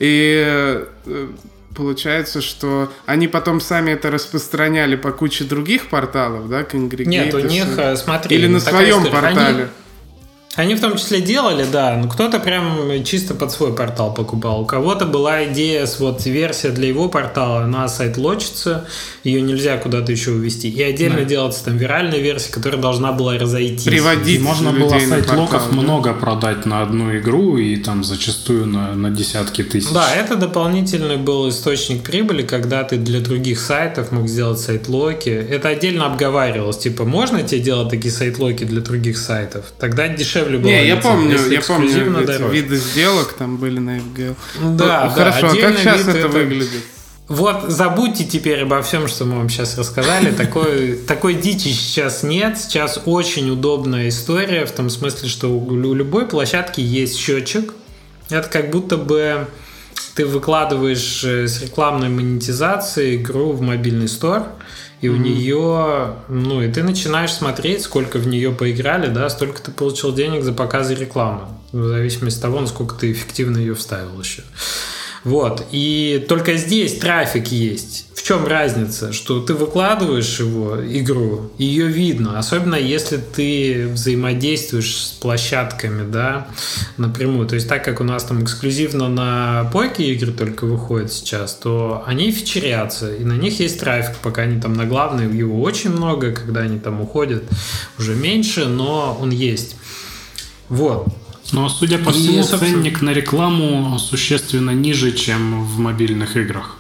И получается, что они потом сами это распространяли по куче других порталов, да, Congregate. Нет, у них, смотри... Или на своем история. портале. Они в том числе делали, да, но кто-то прям чисто под свой портал покупал. У кого-то была идея, вот версия для его портала, на сайт лочится, ее нельзя куда-то еще увести. И отдельно да. делается там виральная версия, которая должна была разойтись. Приводить можно было сайт локов да? много продать на одну игру и там зачастую на, на десятки тысяч. Да, это дополнительный был источник прибыли, когда ты для других сайтов мог сделать сайт-локи. Это отдельно обговаривалось. Типа, можно тебе делать такие сайт-локи для других сайтов? Тогда дешевле. Не, я помню, я помню эти виды сделок там были на эф джи эл. Да, ну, хорошо, а как сейчас это, это выглядит? Вот забудьте теперь обо всем, что мы вам сейчас рассказали. Такой, такой дичи сейчас нет. Сейчас очень удобная история в том смысле, что у любой площадки есть счетчик. Это как будто бы ты выкладываешь с рекламной монетизацией игру в мобильный стор. И у mm-hmm. нее, ну, и ты начинаешь смотреть, сколько в нее поиграли, да, столько ты получил денег за показы рекламы, в зависимости от того, насколько ты эффективно ее вставил еще. Вот, и только здесь трафик есть. В чем разница? Что ты выкладываешь его, игру, и ее видно, особенно если ты взаимодействуешь с площадками, да, напрямую. То есть так как у нас там эксклюзивно на Поке игры только выходят сейчас, то они фичерятся, и на них есть трафик, пока они там на главной, его очень много, когда они там уходят, уже меньше, но он есть. Вот. Но, судя по всему, ценник на рекламу существенно ниже, чем в мобильных играх.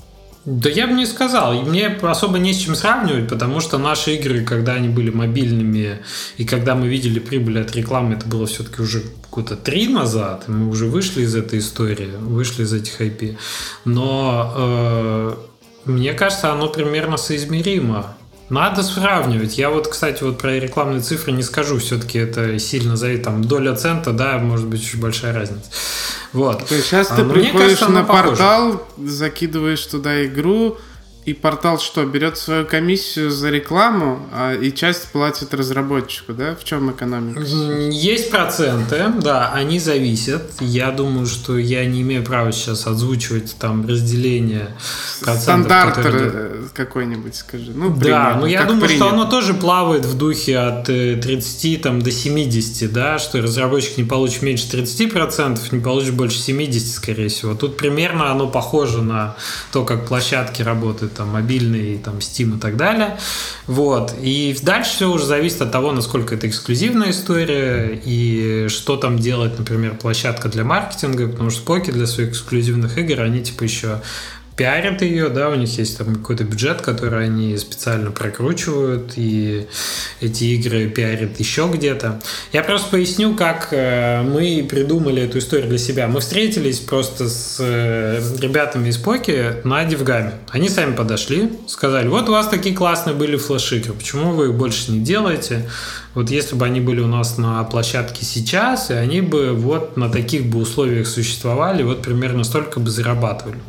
Да я бы не сказал. Мне особо не с чем сравнивать, потому что наши игры, когда они были мобильными, и когда мы видели прибыль от рекламы, это было все-таки уже года три назад, мы уже вышли из этой истории, вышли из этих ай пи. Но э, мне кажется, оно примерно соизмеримо. Надо сравнивать. Я вот, кстати, вот про рекламные цифры не скажу. Все-таки это сильно зависит. Там доля цента, да, может быть, очень большая разница. Вот. То есть сейчас а, ты приходишь кажется, на портал, закидываешь туда игру, и портал что, берет свою комиссию за рекламу, а, и часть платит разработчику, да? В чем экономика? Есть проценты, да, они зависят. Я думаю, что я не имею права сейчас озвучивать там разделение процентов. Стандарт которые... какой-нибудь, скажи. Ну, да, но я думаю, принято. Что оно тоже плавает в духе от тридцати там, до семидесяти, да, что разработчик не получит меньше тридцати процентов, не получит больше семидесяти, скорее всего. Тут примерно оно похоже на то, как площадки работают, там, мобильный, там, Steam и так далее. Вот. И дальше все уже зависит от того, насколько это эксклюзивная история и что там делает, например, площадка для маркетинга, потому что Поки для своих эксклюзивных игр, они типа еще пиарят ее, да, у них есть там какой-то бюджет, который они специально прокручивают, и эти игры пиарят еще где-то. Я просто поясню, как мы придумали эту историю для себя. Мы встретились просто с ребятами из Поки на Дивгаме. Они сами подошли, сказали, вот у вас такие классные были флеш-игры, почему вы их больше не делаете? Вот если бы они были у нас на площадке сейчас, и они бы вот на таких бы условиях существовали, вот примерно столько бы зарабатывали.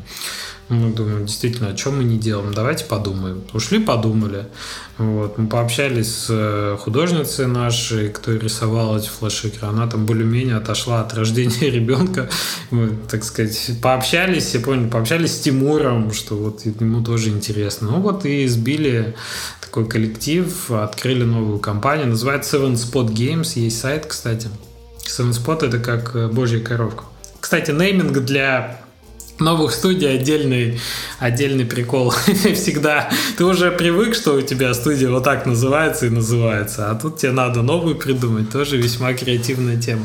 Мы думаем, действительно, о чем мы не делаем? Давайте подумаем. Ушли, подумали. Вот. Мы пообщались с художницей нашей, кто рисовал эти флеш-игры. Она там более-менее отошла от рождения ребенка. Мы, так сказать, пообщались, я понял, пообщались с Тимуром, что вот ему тоже интересно. Ну вот и сбили такой коллектив, открыли новую компанию. Называется Seven Spot Games. Есть сайт, кстати. Seven Spot — это как божья коровка. Кстати, нейминг для новых студий отдельный, отдельный прикол. Всегда ты уже привык, что у тебя студия вот так называется и называется, а тут тебе надо новую придумать. Тоже весьма креативная тема.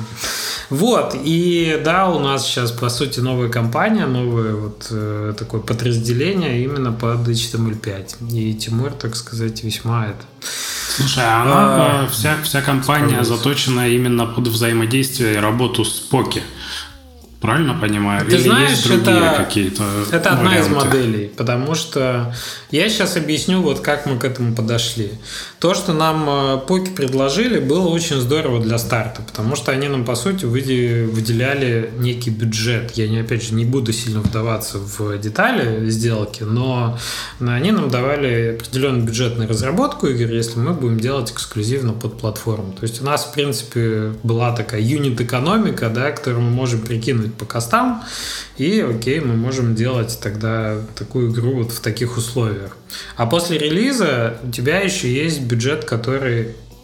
Вот, и да, у нас сейчас, по сути, новая компания, новое вот э, такое подразделение именно под эйч ти эм эль пять. И Тимур, так сказать, весьма это... Слушай, а она, а, вся, вся компания заточена именно под взаимодействие и работу с Поки. Правильно понимаю? Ты Или знаешь, есть другие это, какие-то это одна варианты? из моделей, потому что я сейчас объясню, вот как мы к этому подошли. То, что нам Поки предложили, было очень здорово для старта, потому что они нам, по сути, выделяли некий бюджет. Я, не, опять же, не буду сильно вдаваться в детали сделки, но они нам давали определенный бюджет на разработку игр, если мы будем делать эксклюзивно под платформу. То есть у нас, в принципе, была такая юнит-экономика, да, которую мы можем прикинуть по костам, и окей, мы можем делать тогда такую игру вот в таких условиях. А после релиза у тебя еще есть бюджет, который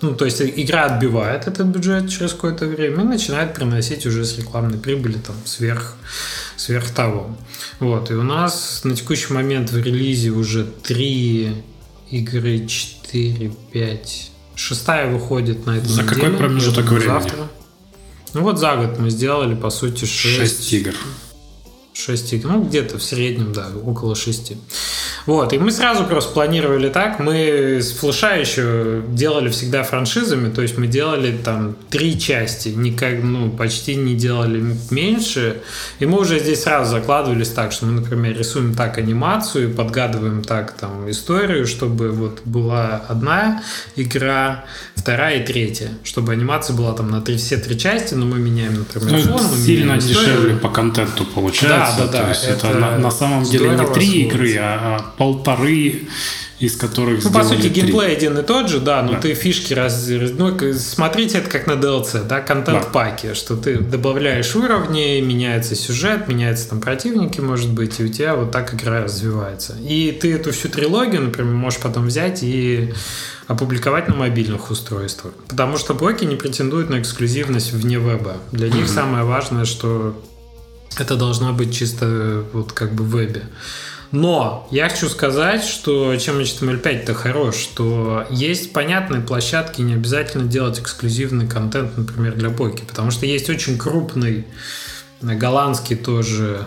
ну, то есть игра отбивает этот бюджет через какое-то время и начинает приносить уже с рекламной прибыли там сверх, сверх того. Вот. И у нас на текущий момент в релизе уже три игры, четыре, пять, шестая выходит на этой За неделе. какой промежуток времени? Завтра. Ну вот за год мы сделали, по сути, шесть, шесть игр. шесть игр, ну где-то в среднем, да, около шести. Вот, и мы сразу просто планировали так, мы с Флэша еще делали всегда франшизами, то есть мы делали там три части, никак, ну, почти не делали меньше, и мы уже здесь сразу закладывались так, что мы, например, рисуем так анимацию, подгадываем так там историю, чтобы вот была одна игра, вторая и третья, чтобы анимация была там на три, все три части, но мы меняем, например, ну, фон, мы сильно меняем дешевле историю. по контенту получается. Да, да, да. То есть это это на, на самом деле не три смотрится. игры, а полторы, из которых ну, по сути, три. геймплей один и тот же, да, но да. ты фишки раз... Ну, смотрите это как на ди эл си, да, контент-паки, да. Что ты добавляешь уровни, меняется сюжет, меняются там противники, может быть, и у тебя вот так игра развивается. И ты эту всю трилогию, например, можешь потом взять и опубликовать на мобильных устройствах. Потому что блоки не претендуют на эксклюзивность вне веба. Для них mm-hmm. самое важное, что это должно быть чисто вот как бы в вебе. Но я хочу сказать, что чем эйч ти эм эль пять-то хорош, что есть понятные площадки, не обязательно делать эксклюзивный контент, например, для Поки, потому что есть очень крупный голландский тоже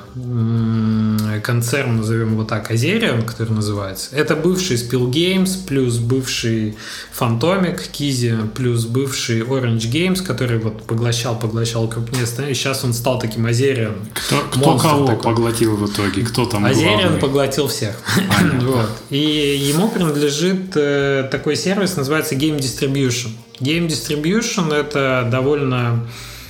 концерн, назовем его так, Azerion, который называется. Это бывший Spill Games, плюс бывший Fantomic, Kizi, плюс бывший Orange Games, который вот поглощал, поглощал крупнее страны. Сейчас он стал таким Azerion. Кто, кто кого такой. Поглотил в итоге? Кто там Azerion главный? Поглотил всех. Вот. И ему принадлежит э, такой сервис, называется Game Distribution. Game Distribution — это довольно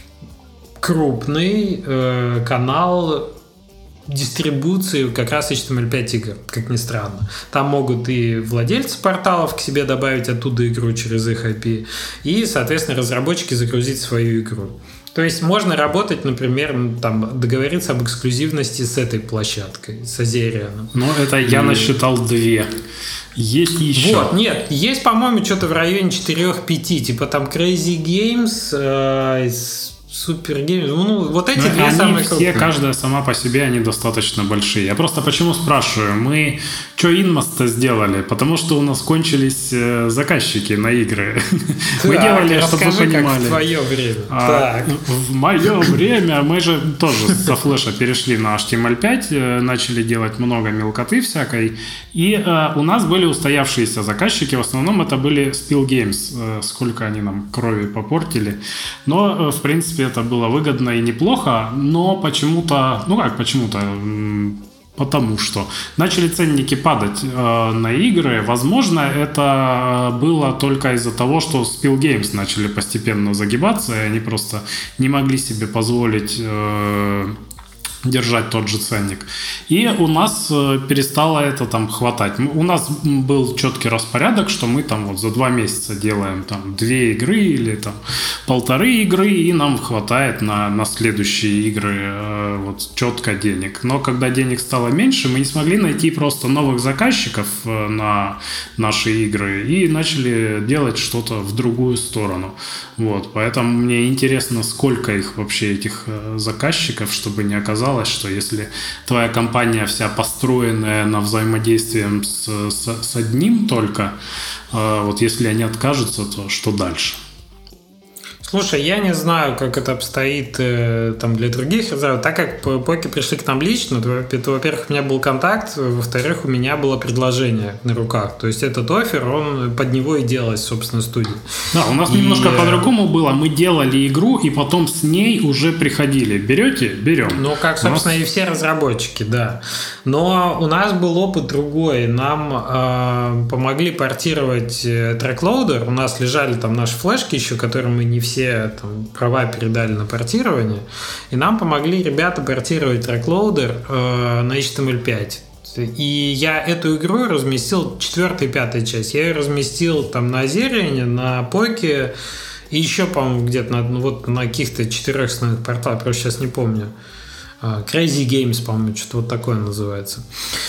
крупный э, канал дистрибуции как раз эйч ти эм эль пять игр, как ни странно. Там могут и владельцы порталов к себе добавить оттуда игру через их ай пи, и, соответственно, разработчики загрузить свою игру. То есть можно работать, например, там, договориться об эксклюзивности с этой площадкой, с Azerion. Ну, это я и... насчитал две. Есть еще. Вот, нет, есть, по-моему, что-то в районе четыре-пять, типа там Crazy Games, э, Super Games, ну, вот эти Но две они самые все, крупные. каждая сама по себе, они достаточно большие. Я просто почему спрашиваю, мы что Инмос-то сделали? Потому что у нас кончились э, заказчики на игры. Да, мы делали, чтобы вы понимали. Как в твое время. А, так. В мое время мы же тоже со флеша перешли на эйч ти эм эль пять, начали делать много мелкоты всякой. И э, у нас были устоявшиеся заказчики, в основном это были Spill Games. Э, сколько они нам крови попортили. Но, э, в принципе, это было выгодно и неплохо, но почему-то, ну как почему-то, потому что начали ценники падать э, на игры. Возможно, это было только из-за того, что Spill Games начали постепенно загибаться, и они просто не могли себе позволить э, держать тот же ценник. И у нас перестало это там хватать. У нас был четкий распорядок, что мы там вот за два месяца делаем там две игры или там полторы игры, и нам хватает на, на следующие игры э, вот четко денег. Но когда денег стало меньше, мы не смогли найти просто новых заказчиков э, на наши игры и начали делать что-то в другую сторону. Вот. Поэтому мне интересно, сколько их вообще, этих э, заказчиков, чтобы не оказалось, что если твоя компания вся построенная на взаимодействии с, с, с одним только, э, вот если они откажутся, то что дальше? Слушай, я не знаю, как это обстоит э, там для других разработчиков. Так как Поки пришли к нам лично, то, то, во-первых, у меня был контакт, во-вторых, у меня было предложение на руках. То есть этот оффер, он под него и делалась, собственно, студия. Да, у нас и... немножко по-другому было. Мы делали игру, и потом с ней уже приходили. Берете? Берем. Ну, как, собственно, нас... и все разработчики, да. Но у нас был опыт другой. Нам э, помогли портировать трек-лоудер. У нас лежали там наши флешки еще, которые мы не все там, права передали на портирование, и нам помогли ребята портировать трек-лоудер э, на эйч ти эм эль пять. И я эту игру разместил, четвертая и пятая часть, я ее разместил там на Azerion, на Поки, и еще, по-моему, где-то на, ну, вот, на каких-то четырех основных порталах, просто сейчас не помню. Crazy Games, по-моему, что-то вот такое называется.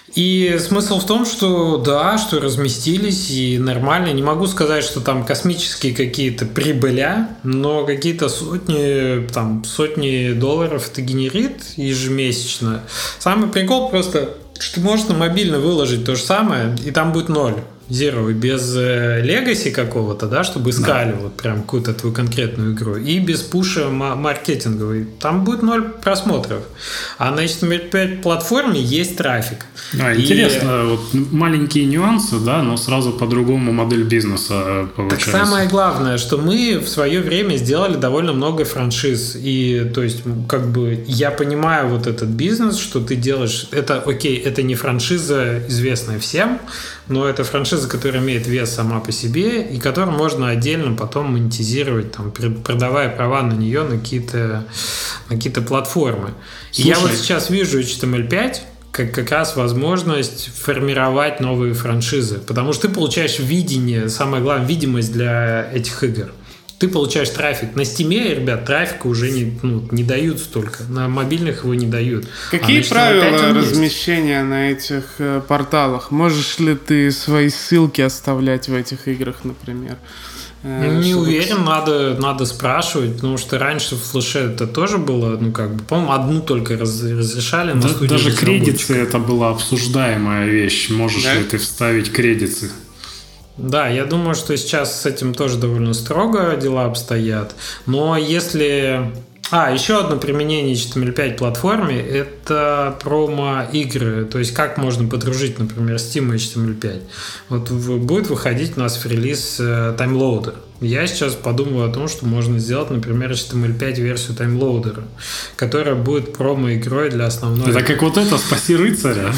И смысл в том, что да, что разместились и нормально. Не могу сказать, что там космические какие-то прибыля, но какие-то сотни, там, сотни долларов это генерит ежемесячно. Самый прикол просто, что можно мобильно выложить то же самое, и там будет ноль. Zero, без легаси какого-то, да, чтобы искали да. вот прям какую-то твою конкретную игру, и без пуша маркетинговый. Там будет ноль просмотров. А на эйч ти эм эль пять платформе есть трафик. Да, и... интересно, вот маленькие нюансы, да, но сразу по-другому модель бизнеса получается. Так самое главное, что мы в свое время сделали довольно много франшиз. И, то есть, как бы, я понимаю вот этот бизнес, что ты делаешь, это, окей, это не франшиза, известная всем, но это франшиза, которая имеет вес сама по себе, и которую можно отдельно потом монетизировать, там, продавая права на нее на какие-то, на какие-то платформы. Слушай, и я вот сейчас вижу эйч ти эм эль пять как, как раз возможность формировать новые франшизы, потому что ты получаешь видение, самое главное, видимость для этих игр. Ты получаешь трафик. На Стиме, ребят, трафика уже не, ну, не дают столько. На мобильных его не дают. Какие а правила размещения на этих э, порталах? Можешь ли ты свои ссылки оставлять в этих играх, например? Э, не уверен, надо, надо спрашивать, потому что раньше в флеше это тоже было, ну как бы, по-моему, одну только раз, разрешали на да, студии. Даже кредиты это была обсуждаемая вещь. Можешь да? ли ты вставить кредиты? Да, я думаю, что сейчас с этим тоже довольно строго дела обстоят. Но если... А, еще одно применение эйч ти эм эль пять платформе – это промо-игры. То есть, как можно подружить, например, Steam и эйч ти эм эль пять. Вот будет выходить у нас в релиз таймлоудер. Я сейчас подумал о том, что можно сделать, например, эйч ти эм эль пять версию таймлоудера, которая будет промо-игрой для основной... Это как вот это «Спаси рыцаря».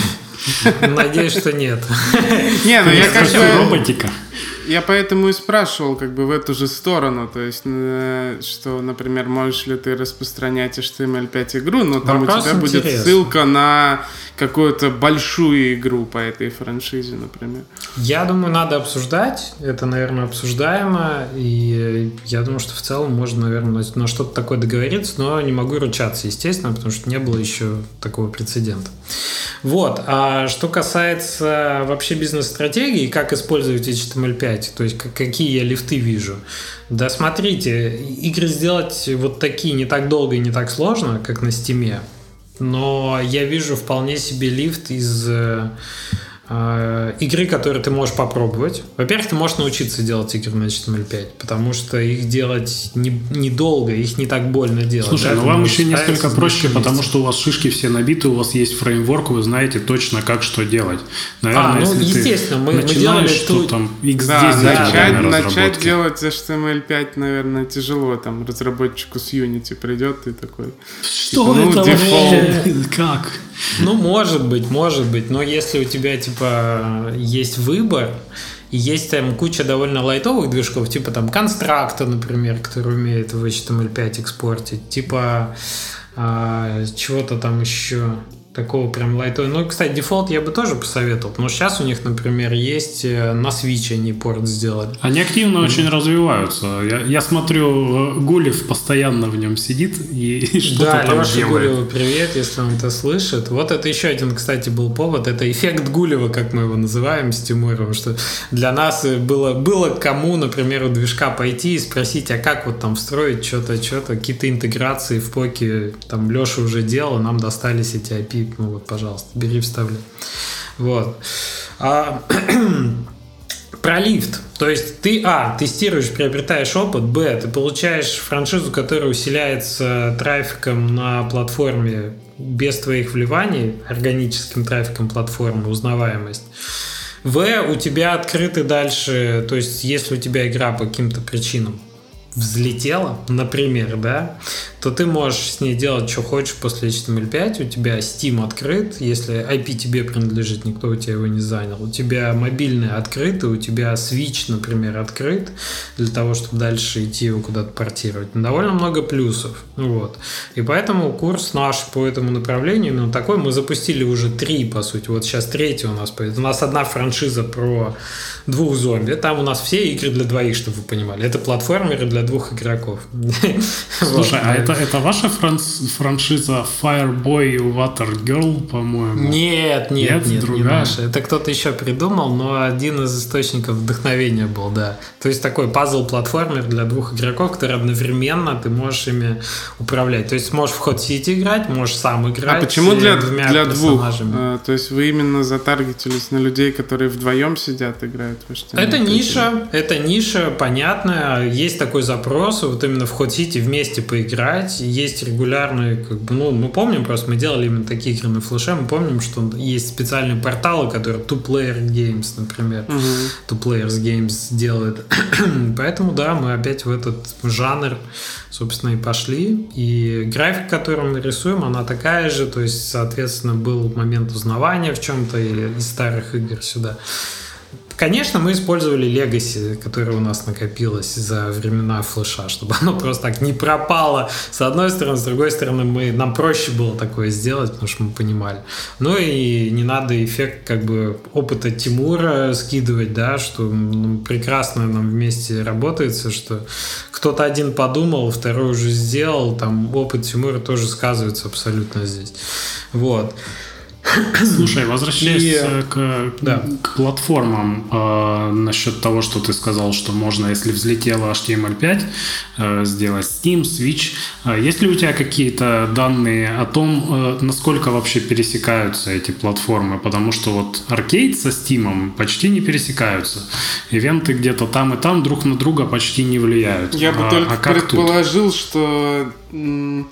Надеюсь, что нет. Не, ну я как бы... роботика. Я поэтому и спрашивал как бы в эту же сторону, то есть, что, например, можешь ли ты распространять эйч ти эм эль пять игру, но там Вопрос у тебя будет интересный. Ссылка на какую-то большую игру по этой франшизе, например. Я думаю, надо обсуждать, это, наверное, обсуждаемо, и я думаю, что в целом можно, наверное, на что-то такое договориться, но не могу ручаться, естественно, потому что не было еще такого прецедента. Вот, а что касается вообще бизнес-стратегии, как использовать эйч ти эм эль пять, то есть какие я лифты вижу. Да смотрите, игры сделать вот такие не так долго и не так сложно, как на Стиме, но я вижу вполне себе лифт из э, игры, которые ты можешь попробовать. Во-первых, ты можешь научиться делать игры на эйч ти эм эль пять, потому что их делать не, недолго, их не так больно делать. Слушай, да? ну вам еще несколько проще, потому что у вас шишки все набиты, у вас есть фреймворк, вы знаете точно, как что делать. Наверное, а, ну, если естественно, мы, мы делали что там икс десять да, начать, начать делать эйч ти эм эль пять, наверное, тяжело. Там разработчику с Unity придет и такой... Что типа, это вообще? Как? Ну, может быть, может быть, но если у тебя, типа, есть выбор, и есть там куча довольно лайтовых движков, типа там Constructor, например, который умеет в эйч ти эм эль пять экспортить, типа а, чего-то там еще такого прям лайтового. Ну, кстати, дефолт я бы тоже посоветовал, потому что сейчас у них, например, есть на Switch они порт сделали. Они активно mm-hmm. очень развиваются. Я, я смотрю, Гулев постоянно в нем сидит и, и что-то да, там Леша делает. Гулеву привет, если он это слышит. Вот это еще один, кстати, был повод. Это эффект Гулева, как мы его называем с Тимуром, что для нас было, было кому, например, у движка пойти и спросить, а как вот там встроить что-то, что-то, какие-то интеграции в поке, там Леша уже делал, нам достались эти эй пи ай. Ну вот, пожалуйста, бери, вставляй. Вот. А, про лифт. То есть ты, а, тестируешь, приобретаешь опыт, б, ты получаешь франшизу, которая усиляется трафиком на платформе без твоих вливаний, органическим трафиком платформы, узнаваемость. В, у тебя открыты дальше, то есть если у тебя игра по каким-то причинам взлетела, например, да, то ты можешь с ней делать, что хочешь после эйч ти эм эль пять, у тебя Steam открыт, если ай пи тебе принадлежит, никто у тебя его не занял, у тебя мобильный открыт, у тебя Switch, например, открыт, для того, чтобы дальше идти его куда-то портировать. Довольно много плюсов, вот. И поэтому курс наш по этому направлению именно такой, мы запустили уже три, по сути, вот сейчас третий у нас появится. У нас одна франшиза про двух зомби, там у нас все игры для двоих, чтобы вы понимали, это платформеры для для двух игроков. Слушай, а это, это ваша франц, франшиза Fireboy Water Girl, по-моему? Нет, нет, нет, нет, другая? Не наша. Это кто-то еще придумал, но один из источников вдохновения был, да. То есть такой пазл-платформер для двух игроков, который одновременно ты можешь ими управлять. То есть можешь в Hot City играть, можешь сам играть. А почему для, двумя для двух? персонажами. А, то есть вы именно затаргетились на людей, которые вдвоем сидят, играют в эйч ти эм эль? Это ниша, это ниша, понятная. Есть такой запрос, вот именно в Hot City вместе поиграть. Есть регулярные, как бы, ну, мы помним, просто мы делали именно такие игры на флеше, мы помним, что есть специальные порталы, которые Two-Player Games, например, uh-huh. Two Players Games делают. Поэтому, да, мы опять в этот жанр, собственно, и пошли. И графика, которую мы рисуем, она такая же, то есть, соответственно, был момент узнавания в чем-то из старых игр сюда. Конечно, мы использовали Legacy, которое у нас накопилось за времена флеша, чтобы оно просто так не пропало. С одной стороны, с другой стороны, мы, нам проще было такое сделать, потому что мы понимали. Ну и не надо эффект как бы опыта Тимура скидывать, да, что ну, прекрасно нам вместе работается, что кто-то один подумал, второй уже сделал, там опыт Тимура тоже сказывается абсолютно здесь. Вот. Слушай, возвращаясь и, к, да. к платформам, э, насчет того, что ты сказал, что можно, если взлетело эйч ти эм эль пять, э, сделать Steam, Switch. Э, есть ли у тебя какие-то данные о том, э, насколько вообще пересекаются эти платформы? Потому что вот Arcade со Steam почти не пересекаются. Ивенты где-то там и там друг на друга почти не влияют. Я бы а, только а как предположил, тут? что... М-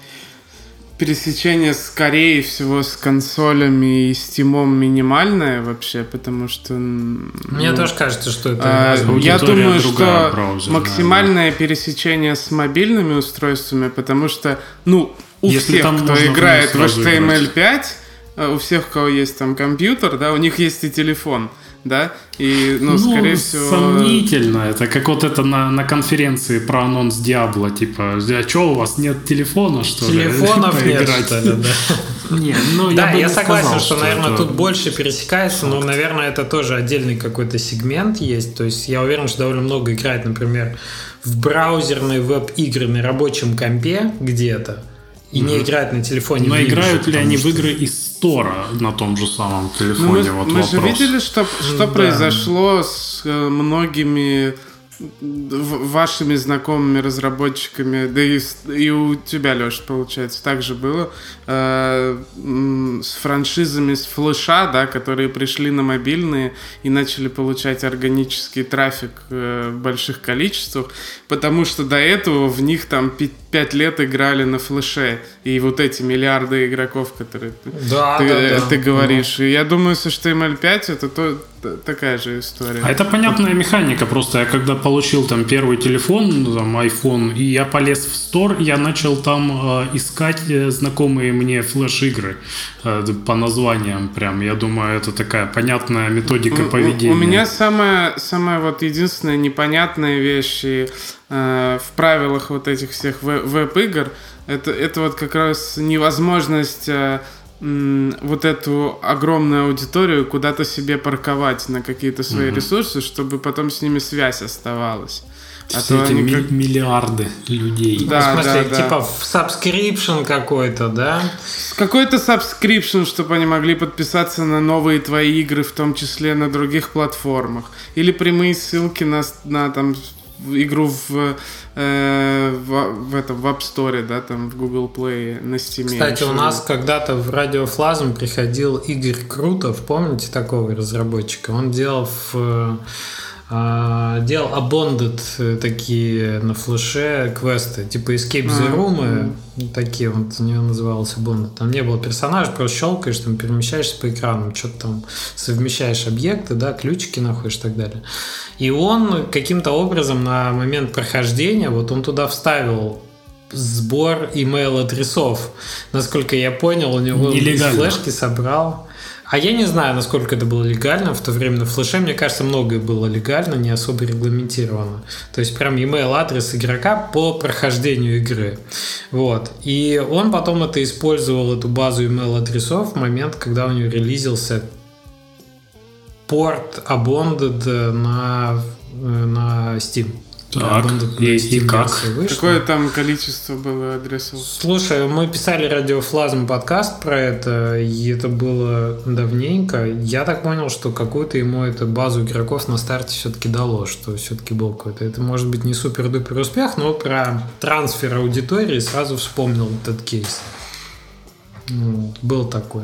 пересечение, скорее всего, с консолями и стимом минимальное вообще, потому что... Мне ну, тоже кажется, что это... А, я думаю, что браузер, максимальное да. пересечение с мобильными устройствами, потому что, ну, у Если всех, кто можно, играет в эйч ти эм эль играть. пять, у всех, у кого есть там компьютер, да, у них есть и телефон. Да, и, ну, ну, скорее всего... сомнительно. Это как вот это на, на конференции про анонс Диабло. Типа, а что, у вас нет телефона, что ли? Телефонов нет, что ли, да. Не, ну, да, я, я не согласен, сказал, что, что наверное, это... тут больше пересекается, но, наверное, это тоже отдельный какой-то сегмент есть. То есть я уверен, что довольно много играет, например, в браузерные веб-игры на рабочем компе где-то, и mm-hmm. не играют на телефоне. Но видишь, играют ли они что... в игры из стора на том же самом телефоне? Ну, мы вот мы вопрос. же видели, что, что да. произошло с э, многими вашими знакомыми разработчиками, да и, и у тебя, Леша, получается, так же было, э, с франшизами с флеша, да, которые пришли на мобильные и начали получать органический трафик э, в больших количествах, потому что до этого в них там пять лет играли на флеше, и вот эти миллиарды игроков, которые да, ты, да, да. ты говоришь. Да. И я думаю, с эйч ти эм эль пять это то, такая же история. А это понятная механика. Просто я когда получил там первый телефон, там iPhone, и я полез в стор, я начал там э, искать знакомые мне флеш-игры э, по названиям прям. Я думаю, это такая понятная методика у, поведения. У, у меня самая, самая вот единственная непонятная вещь и, э, в правилах вот этих всех веб-игр, это, это вот как раз невозможность... Э, вот эту огромную аудиторию куда-то себе парковать на какие-то свои угу. ресурсы, чтобы потом с ними связь оставалась. А все эти ми- как... миллиарды людей. Да, ну, в смысле, да, типа да. в subscription какой-то, да? Какой-то subscription, чтобы они могли подписаться на новые твои игры, в том числе на других платформах. Или прямые ссылки на, на там, игру в, э, в, в этом в App Store, да, там в Google Play, на Steam. Кстати, у нас когда-то в Радиофлазм приходил Игорь Крутов, помните такого разработчика? Он делал в делал Abonded такие на флеше квесты, типа Escape the Room, mm-hmm. такие вот у него назывался Abonded. Там не было персонажа, просто щелкаешь, там перемещаешься по экрану, что-то там совмещаешь объекты, да, ключики находишь и так далее. И он каким-то образом на момент прохождения, вот он туда вставил сбор имейл-адресов. Насколько я понял, у него из флешки собрал. А я не знаю, насколько это было легально в то время на флеше. Мне кажется, многое было легально, не особо регламентировано. То есть прям email адрес игрока по прохождению игры. Вот. И он потом это использовал, эту базу email адресов в момент, когда у него релизился порт Abonded на, на Steam. Так, и, и как? Какое там количество было адресов? Слушай, мы писали радиофлазм подкаст про это, и это было давненько. Я так понял, что какую-то ему эту базу игроков на старте все-таки дало, что все-таки был какой-то. Это может быть не супер-дупер успех, но про трансфер аудитории сразу вспомнил этот кейс. Ну, был такой.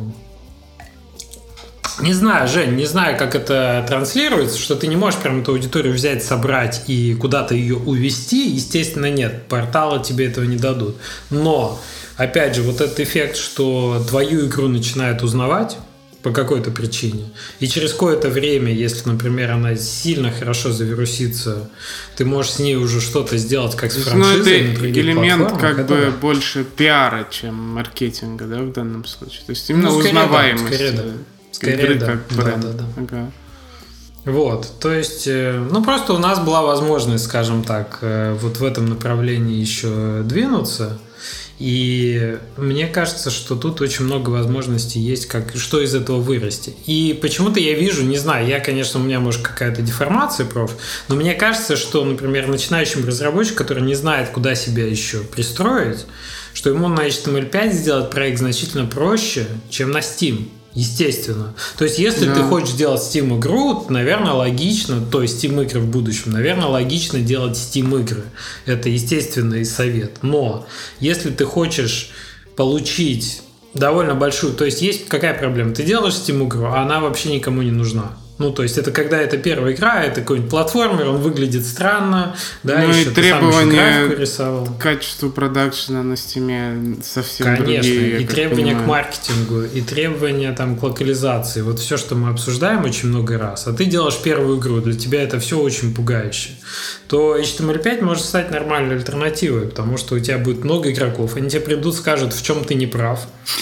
Не знаю, Жень, не знаю, как это транслируется, что ты не можешь прям эту аудиторию взять, собрать и куда-то ее увести. Естественно, нет, порталы тебе этого не дадут. Но, опять же, вот этот эффект, что твою игру начинают узнавать по какой-то причине, и через какое-то время, если, например, она сильно хорошо завирусится, ты можешь с ней уже что-то сделать, как с франшизой. Ну, это элемент как это бы да. больше пиара, чем маркетинга, да, в данном случае. То есть именно ну, скорее, узнаваемость. Да, скорее, да. Скорее, игры да. как бренд. Да, да, да. Ага. Вот, то есть, ну просто у нас была возможность, скажем так, вот в этом направлении еще двинуться, и мне кажется, что тут очень много возможностей есть, как, что из этого вырасти. И почему-то я вижу, не знаю, я, конечно, у меня может какая-то деформация, проф, но мне кажется, что, например, начинающим разработчик, который не знает, куда себя еще пристроить, что ему на эйч ти эм эль пять сделать проект значительно проще, чем на Steam. Естественно. То есть, если да. ты хочешь делать Steam игру, то, наверное, логично, то есть Steam игры в будущем, наверное, логично делать Steam игры. Это естественный совет. Но если ты хочешь получить довольно большую, то есть есть какая проблема? Ты делаешь Steam игру, а она вообще никому не нужна. Ну, то есть, это когда это первая игра, это какой-нибудь платформер, он выглядит странно, да, ну еще и ты сам еще графику рисовал. К качеству продакшена на Steam совсем Конечно, другие. Конечно, и требования понимаю. К маркетингу, и требования там к локализации. Вот все, что мы обсуждаем очень много раз. А ты делаешь первую игру, для тебя это все очень пугающе. То эйч ти эм эль пять может стать нормальной альтернативой, потому что у тебя будет много игроков, они тебе придут, скажут, в чем ты не прав,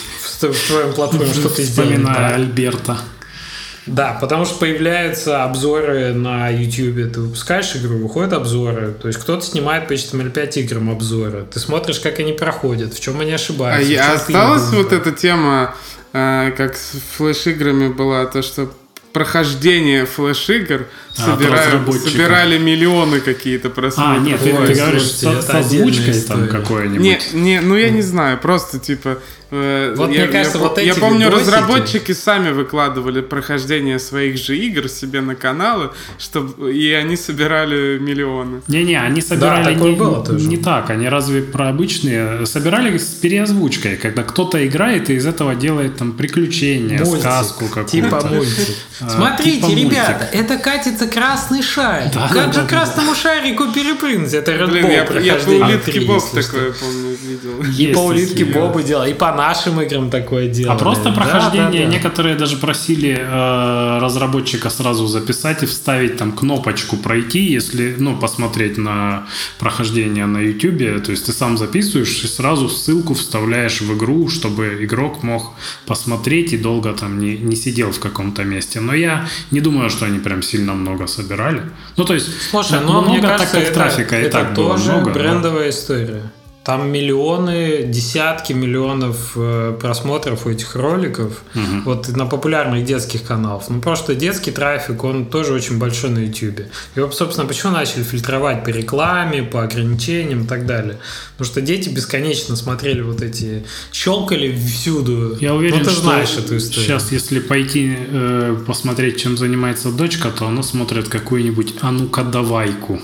в твоем платформе, что ты сделал. Вспоминаю Альберта. Да, потому что появляются обзоры на YouTube. Ты выпускаешь игру, выходят обзоры. То есть кто-то снимает по эйч ти эм эль пять играм обзоры. Ты смотришь, как они проходят, в чем они ошибаются. А осталась вот эта тема, как с флеш-играми была, то, что прохождение флеш-игр а, собирали, собирали миллионы какие-то просмотров. А, нет, ты, ты говоришь со, с озвучкой там какой-нибудь. Не, не, ну я не знаю, просто типа... Вот я, мне кажется, я, вот эти я помню, видосики... разработчики сами выкладывали прохождение своих же игр себе на каналы, чтобы и они собирали миллионы. Не-не, они собирали да, не, было тоже. не так, они разве про обычные собирали с переозвучкой, когда кто-то играет и из этого делает там приключения, мультик, сказку какую-то. Типа мультик. А, Смотрите, типа ребята, мультик. Это катится красный шарик. Да, как да, же да, красному да. шарику перепрыгнуть? Это Red Блин, Bull я, я по улитке Боб такое, помню, видел. И есть, по улитке Боба делал, и по нашим играм такое делали. А просто прохождение, да, да, да. некоторые даже просили э, разработчика сразу записать и вставить там кнопочку пройти, если, ну, посмотреть на прохождение на YouTube, то есть ты сам записываешь и сразу ссылку вставляешь в игру, чтобы игрок мог посмотреть и долго там не, не сидел в каком-то месте. Но я не думаю, что они прям сильно много собирали. Ну, то есть, слушай, ну, много, мне кажется, так как это, трафика это и так тоже было много. брендовая да. история. Там миллионы, десятки миллионов просмотров у этих роликов. Угу. Вот на популярных детских каналах. Ну, просто детский трафик, он тоже очень большой на YouTube. И вот, собственно, почему начали фильтровать по рекламе, по ограничениям и так далее. Потому что дети бесконечно смотрели вот эти, щелкали всюду. Я уверен, ну, ты что знаешь эту историю. Сейчас, если пойти э, посмотреть, чем занимается дочка, то она смотрит какую-нибудь «А ну-ка давайку»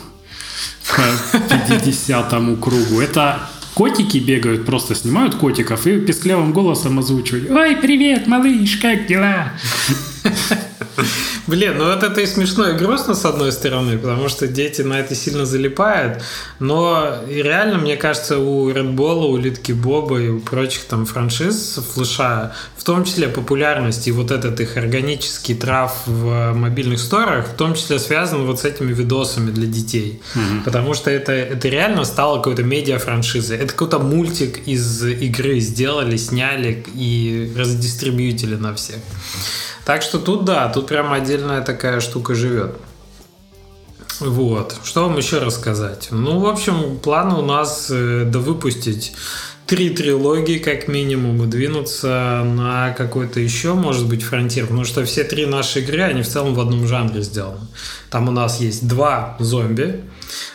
к пятидесятому кругу. Это котики бегают, просто снимают котиков и песклявым голосом озвучивают: «Ой, привет, малыш, как дела?» Блин, ну вот это и смешно, и грустно, с одной стороны, потому что дети на это сильно залипают, но и реально, мне кажется, у Red Bull, у Улитки Боба и у прочих там франшиз флеша, в том числе популярность и вот этот их органический трав в мобильных сторах, в том числе связан вот с этими видосами для детей, mm-hmm. потому что это, это реально стало какой-то медиа-франшизой, это какой-то мультик из игры сделали, сняли и раздистрибьютили на всех. Так что тут, да, тут прям отдельная такая штука живет. Вот. Что вам еще рассказать? Ну, в общем, планы у нас э, довыпустить три трилогии, как минимум, и двинуться на какой-то еще, может быть, фронтир. Потому что все три наши игры, они в целом в одном жанре сделаны. Там у нас есть два зомби.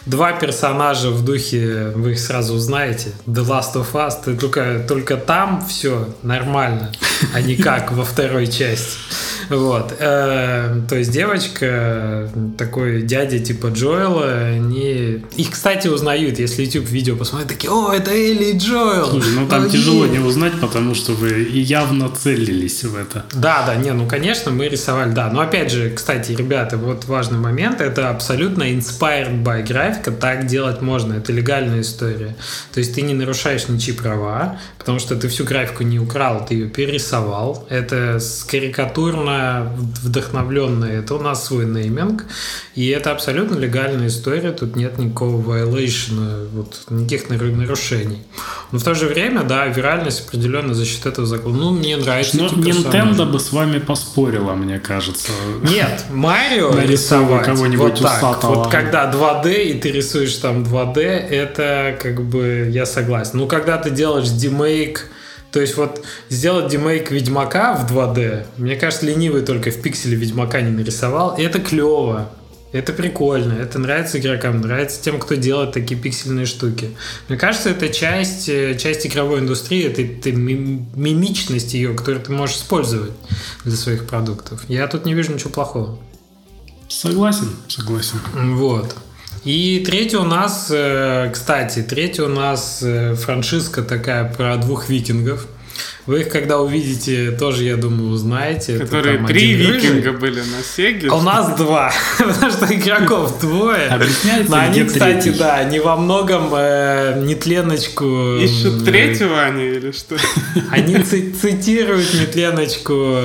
два персонажа в духе, вы их сразу узнаете, The Last of Us, ты только, только там все нормально, а не как во второй части. Вот. То есть девочка, такой дядя типа Джоэла, они... Их, кстати, узнают, если YouTube видео посмотрят, такие: о, это Элли и Джоэл. Слушай, ну там тяжело не узнать, потому что вы явно целились в это. Да, да, не, ну конечно, мы рисовали, да. Но опять же, кстати, ребята, вот важный момент, это абсолютно inspired by графика, так делать можно, это легальная история. То есть ты не нарушаешь ничьи права, потому что ты всю графику не украл, ты ее перерисовал. Это карикатурно вдохновленное, это у нас свой нейминг, и это абсолютно легальная история, тут нет никакого violation, вот, никаких нарушений. Но в то же время, да, виральность определенно за счет этого закона. Ну, мне нравится. Но Nintendo бы с вами поспорила, мне кажется. Нет, Марио рисовать вот так, вот когда два дэ, и ты рисуешь там два дэ, это как бы я согласен. Ну, когда ты делаешь демейк, то есть вот сделать демейк Ведьмака в два дэ, мне кажется, ленивый только в пикселе Ведьмака не нарисовал, и это клево, это прикольно, это нравится игрокам, нравится тем, кто делает такие пиксельные штуки. Мне кажется, это часть, часть игровой индустрии, это, это мимичность ее, которую ты можешь использовать для своих продуктов. Я тут не вижу ничего плохого. Согласен, согласен. Вот. И третий у нас, кстати, третий у нас франшизка такая про двух викингов. Вы их, когда увидите, тоже, я думаю, узнаете. Которые три викинга были на Сеге. А у нас два, потому что игроков двое. Объясняется, но они, кстати, да, они во многом э, нетленочку... Ищут третьего они или что? Они цитируют нетленочку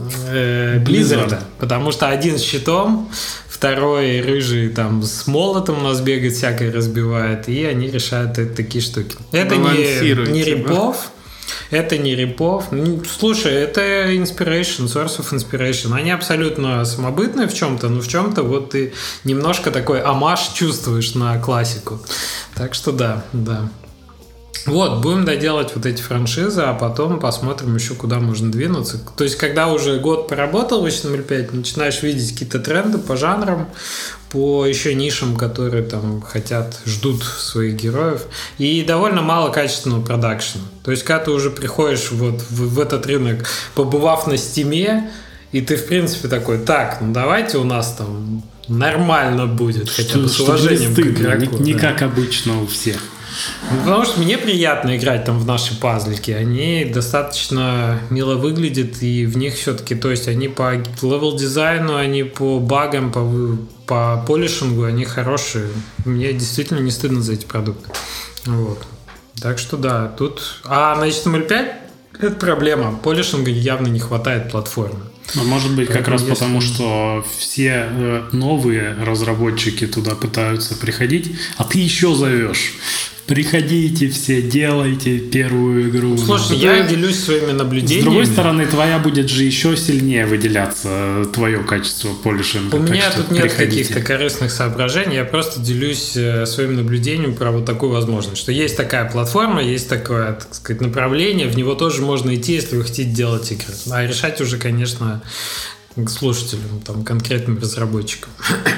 э, Blizzard, потому что один с щитом, второй рыжий там с молотом у нас бегает, всякое разбивает, и они решают это, такие штуки. Это не, не рипов, это не рипов. Слушай, это inspiration, source of inspiration. Они абсолютно самобытные в чем-то, но в чем-то вот ты немножко такой омаж чувствуешь на классику. Так что да, да. Вот, будем доделать вот эти франшизы, а потом посмотрим еще, куда можно двинуться. То есть, когда уже год поработал в эйч ти эм эль пять, начинаешь видеть какие-то тренды по жанрам, по еще нишам, которые там хотят, ждут своих героев. И довольно мало качественного продакшена. То есть, когда ты уже приходишь вот в, в этот рынок, побывав на Стиме, и ты, в принципе, такой: так, ну давайте у нас там нормально будет, хотя что, бы с уважением к игроку. Не, не да. как обычно у всех. Ну, потому что мне приятно играть там в наши пазлики. Они достаточно мило выглядят, и в них все-таки, то есть они по левел-дизайну, они по багам, по, по полишингу, они хорошие. Мне действительно не стыдно за эти продукты. Вот. Так что да, тут... А на эйч ти эм эль пять это проблема. Полишинга явно не хватает платформы. А может быть, как раз потому, что все новые разработчики туда пытаются приходить, а ты еще зовешь. Приходите все, делайте первую игру. Слушай, я делюсь своими наблюдениями. С другой стороны, твоя будет же еще сильнее выделяться, твое качество полишинга. У меня тут нет каких-то корыстных соображений, я просто делюсь своим наблюдением про вот такую возможность, что есть такая платформа, есть такое, так сказать, направление, в него тоже можно идти, если вы хотите делать игры. А решать уже, конечно, слушателям, там, конкретным разработчикам.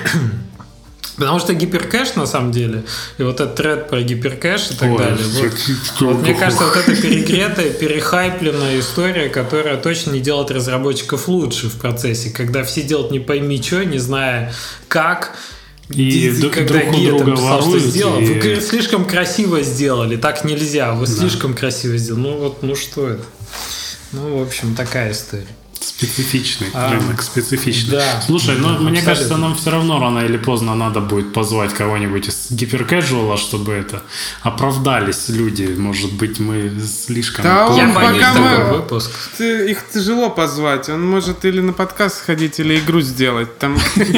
Потому что гиперкэш, на самом деле, и вот этот тред про гиперкэш и так Ой, далее, вот, вот, мне кажется, вот эта перегретая, перехайпленная история, которая точно не делает разработчиков лучше в процессе, когда все делают не пойми что, не зная как, и и друг, когда друг Гия там писал, что сделал, и... вы, говорит, слишком красиво сделали, так нельзя, вы да. слишком красиво сделали, ну вот, ну что это? Ну, в общем, такая история. Специфичный а, рынок, специфичный. Да, Слушай, да, ну абсолютно. Мне кажется, нам все равно рано или поздно надо будет позвать кого-нибудь из гиперкэжуала, чтобы это оправдались люди. Может быть, мы слишком... Да, он, Я боюсь пока такой мы... выпуск. Ты, их тяжело позвать. Он может или на подкаст сходить, или игру сделать. Там...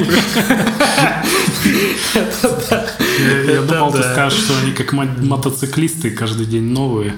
Я думал, ты скажешь, что они как мотоциклисты, каждый день новые.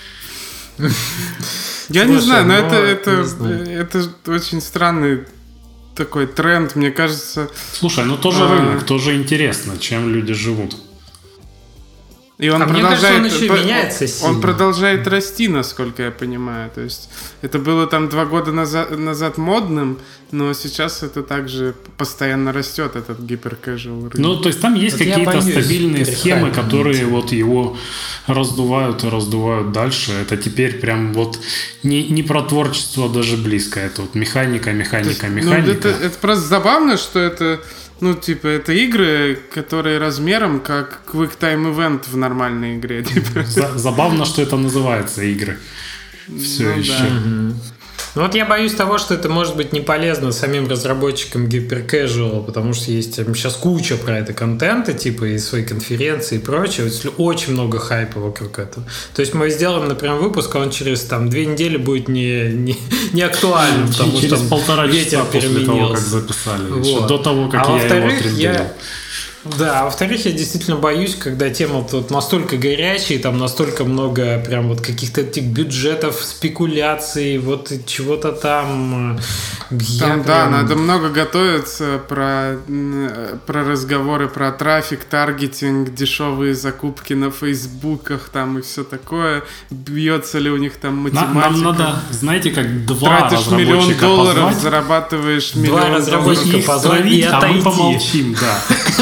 Я Слушай, не знаю, но ну, это, это, это очень странный такой тренд, мне кажется. Слушай, ну тоже а... рынок, тоже интересно, чем люди живут. И он а продолжает, мне кажется, он еще меняется сильно. Он продолжает расти, насколько я понимаю. То есть это было там два года назад, назад модным, но сейчас это также постоянно растет, этот гиперкэжуал рынок. Ну, то есть там есть вот какие-то стабильные схемы, которые вот его раздувают и раздувают дальше. Это теперь прям вот не, не про творчество даже близко. Это вот механика, механика, есть, механика. Ну, это, это просто забавно, что это... Ну, типа, это игры, которые размером как Quick Time Event в нормальной игре. Типа. Забавно, что это называется игры. Все ну, еще. Да. Ну вот я боюсь того, что это может быть не полезно самим разработчикам гиперкэжуала, потому что есть сейчас куча про это контента, типа и свои конференции и прочее, очень много хайпа вокруг этого. То есть мы сделаем, например, выпуск, а он через там две недели будет не, не, не актуальным, потому через что полтора часа после того, как записали, вот. Еще до того, как а я его отрендерил. Я... Да, а во-вторых, я действительно боюсь, когда тема тут настолько горячая, там настолько много прям вот каких-то этих бюджетов, спекуляций, вот чего-то там. Там, прям... да, надо много готовиться про, про разговоры про трафик, таргетинг, дешевые закупки на фейсбуках там и все такое. Бьется ли у них там математика? Нам надо, знаете, как два Тратишь миллион долларов, позвать, зарабатываешь миллион два разработчика позвать и а отойти. мы помолчим, да.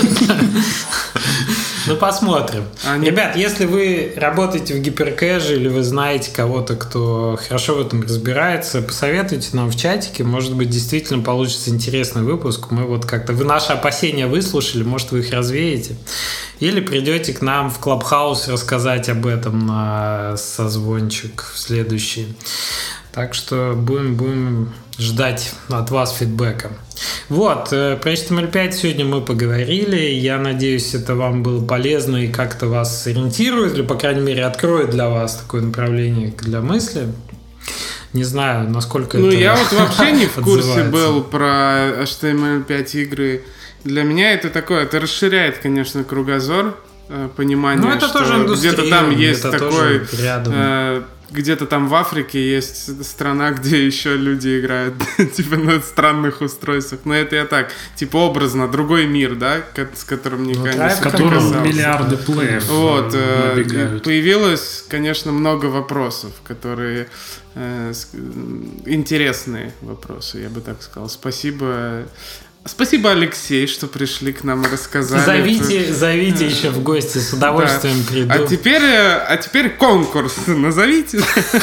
Ну, посмотрим. Они... Ребят, если вы работаете в гиперкэже или вы знаете кого-то, кто хорошо в этом разбирается, посоветуйте нам в чатике. Может быть, действительно получится интересный выпуск. Мы вот как-то... Вы наши опасения выслушали, может, вы их развеете. Или придете к нам в Клабхаус рассказать об этом на созвончик в следующий. Так что будем, будем ждать от вас фидбэка. Вот, про эйч ти эм эль пять сегодня мы поговорили. Я надеюсь, это вам было полезно и как-то вас ориентирует, или, по крайней мере, откроет для вас такое направление для мысли. Не знаю, насколько ну, это... Ну, я вот вообще не в курсе был про эйч ти эм эль пять игры. Для меня это такое, это расширяет, конечно, кругозор, понимание, ну, это что тоже где-то там есть такой... Э, где-то там в Африке есть страна, где еще люди играют типа на странных устройствах. Но это я так, типа образно, другой мир, да, с которым никогда не в котором миллиарды плеев вот, набегают. Появилось, конечно, много вопросов, которые э, интересные вопросы, я бы так сказал. Спасибо. Спасибо, Алексей, что пришли к нам и рассказали. Зовите, зовите еще в гости, с удовольствием да. приду. А теперь, а теперь конкурс. Назовите,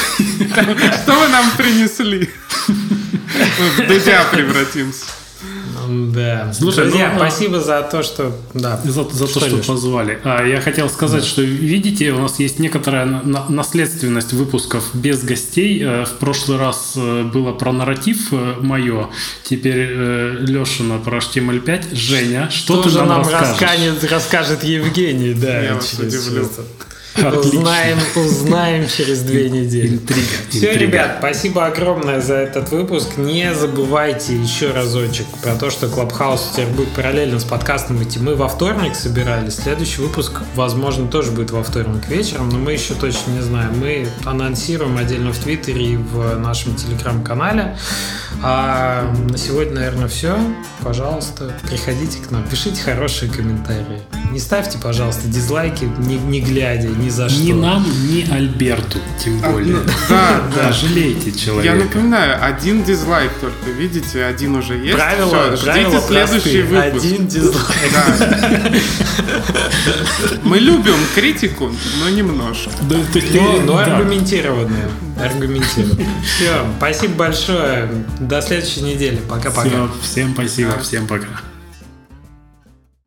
что вы нам принесли. В Дудя превратимся. Да. Слушай, друзья, ну, спасибо за то, что да, за, за что то, что позвали. А, я хотел сказать, да. что видите, у нас есть некоторая на- наследственность выпусков без гостей. В прошлый раз было про нарратив мое, теперь Лешина про эйч ти эм эль пять. Женя, что, что ты нам, нам расскажет, расскажет Евгений, да, я вас удивлю. Узнаем, узнаем через две недели. Интрига. Все, интрига. ребят, спасибо огромное за этот выпуск. Не забывайте еще разочек про то, что Клабхаус теперь будет параллельно с подкастом идти. Мы во вторник собирались. Следующий выпуск, возможно, тоже будет во вторник вечером, но мы еще точно не знаем. Мы анонсируем отдельно в Твиттере и в нашем Телеграм-канале. А на сегодня, наверное, все. Пожалуйста, приходите к нам, пишите хорошие комментарии. Не ставьте, пожалуйста, дизлайки, не, не глядя, ни за что. Ни нам, ни Альберту, тем более. А, ну, да, да. Жалейте человека. Я напоминаю, один дизлайк только, видите, один уже есть. Правила, Все, правила ждите следующий простые. выпуск. Один дизлайк. Да. Мы любим критику, но немножко. Да, то есть, но, но да. аргументированные. Аргументированные. Все, спасибо большое. До следующей недели. Пока-пока. Все, всем спасибо, всем пока.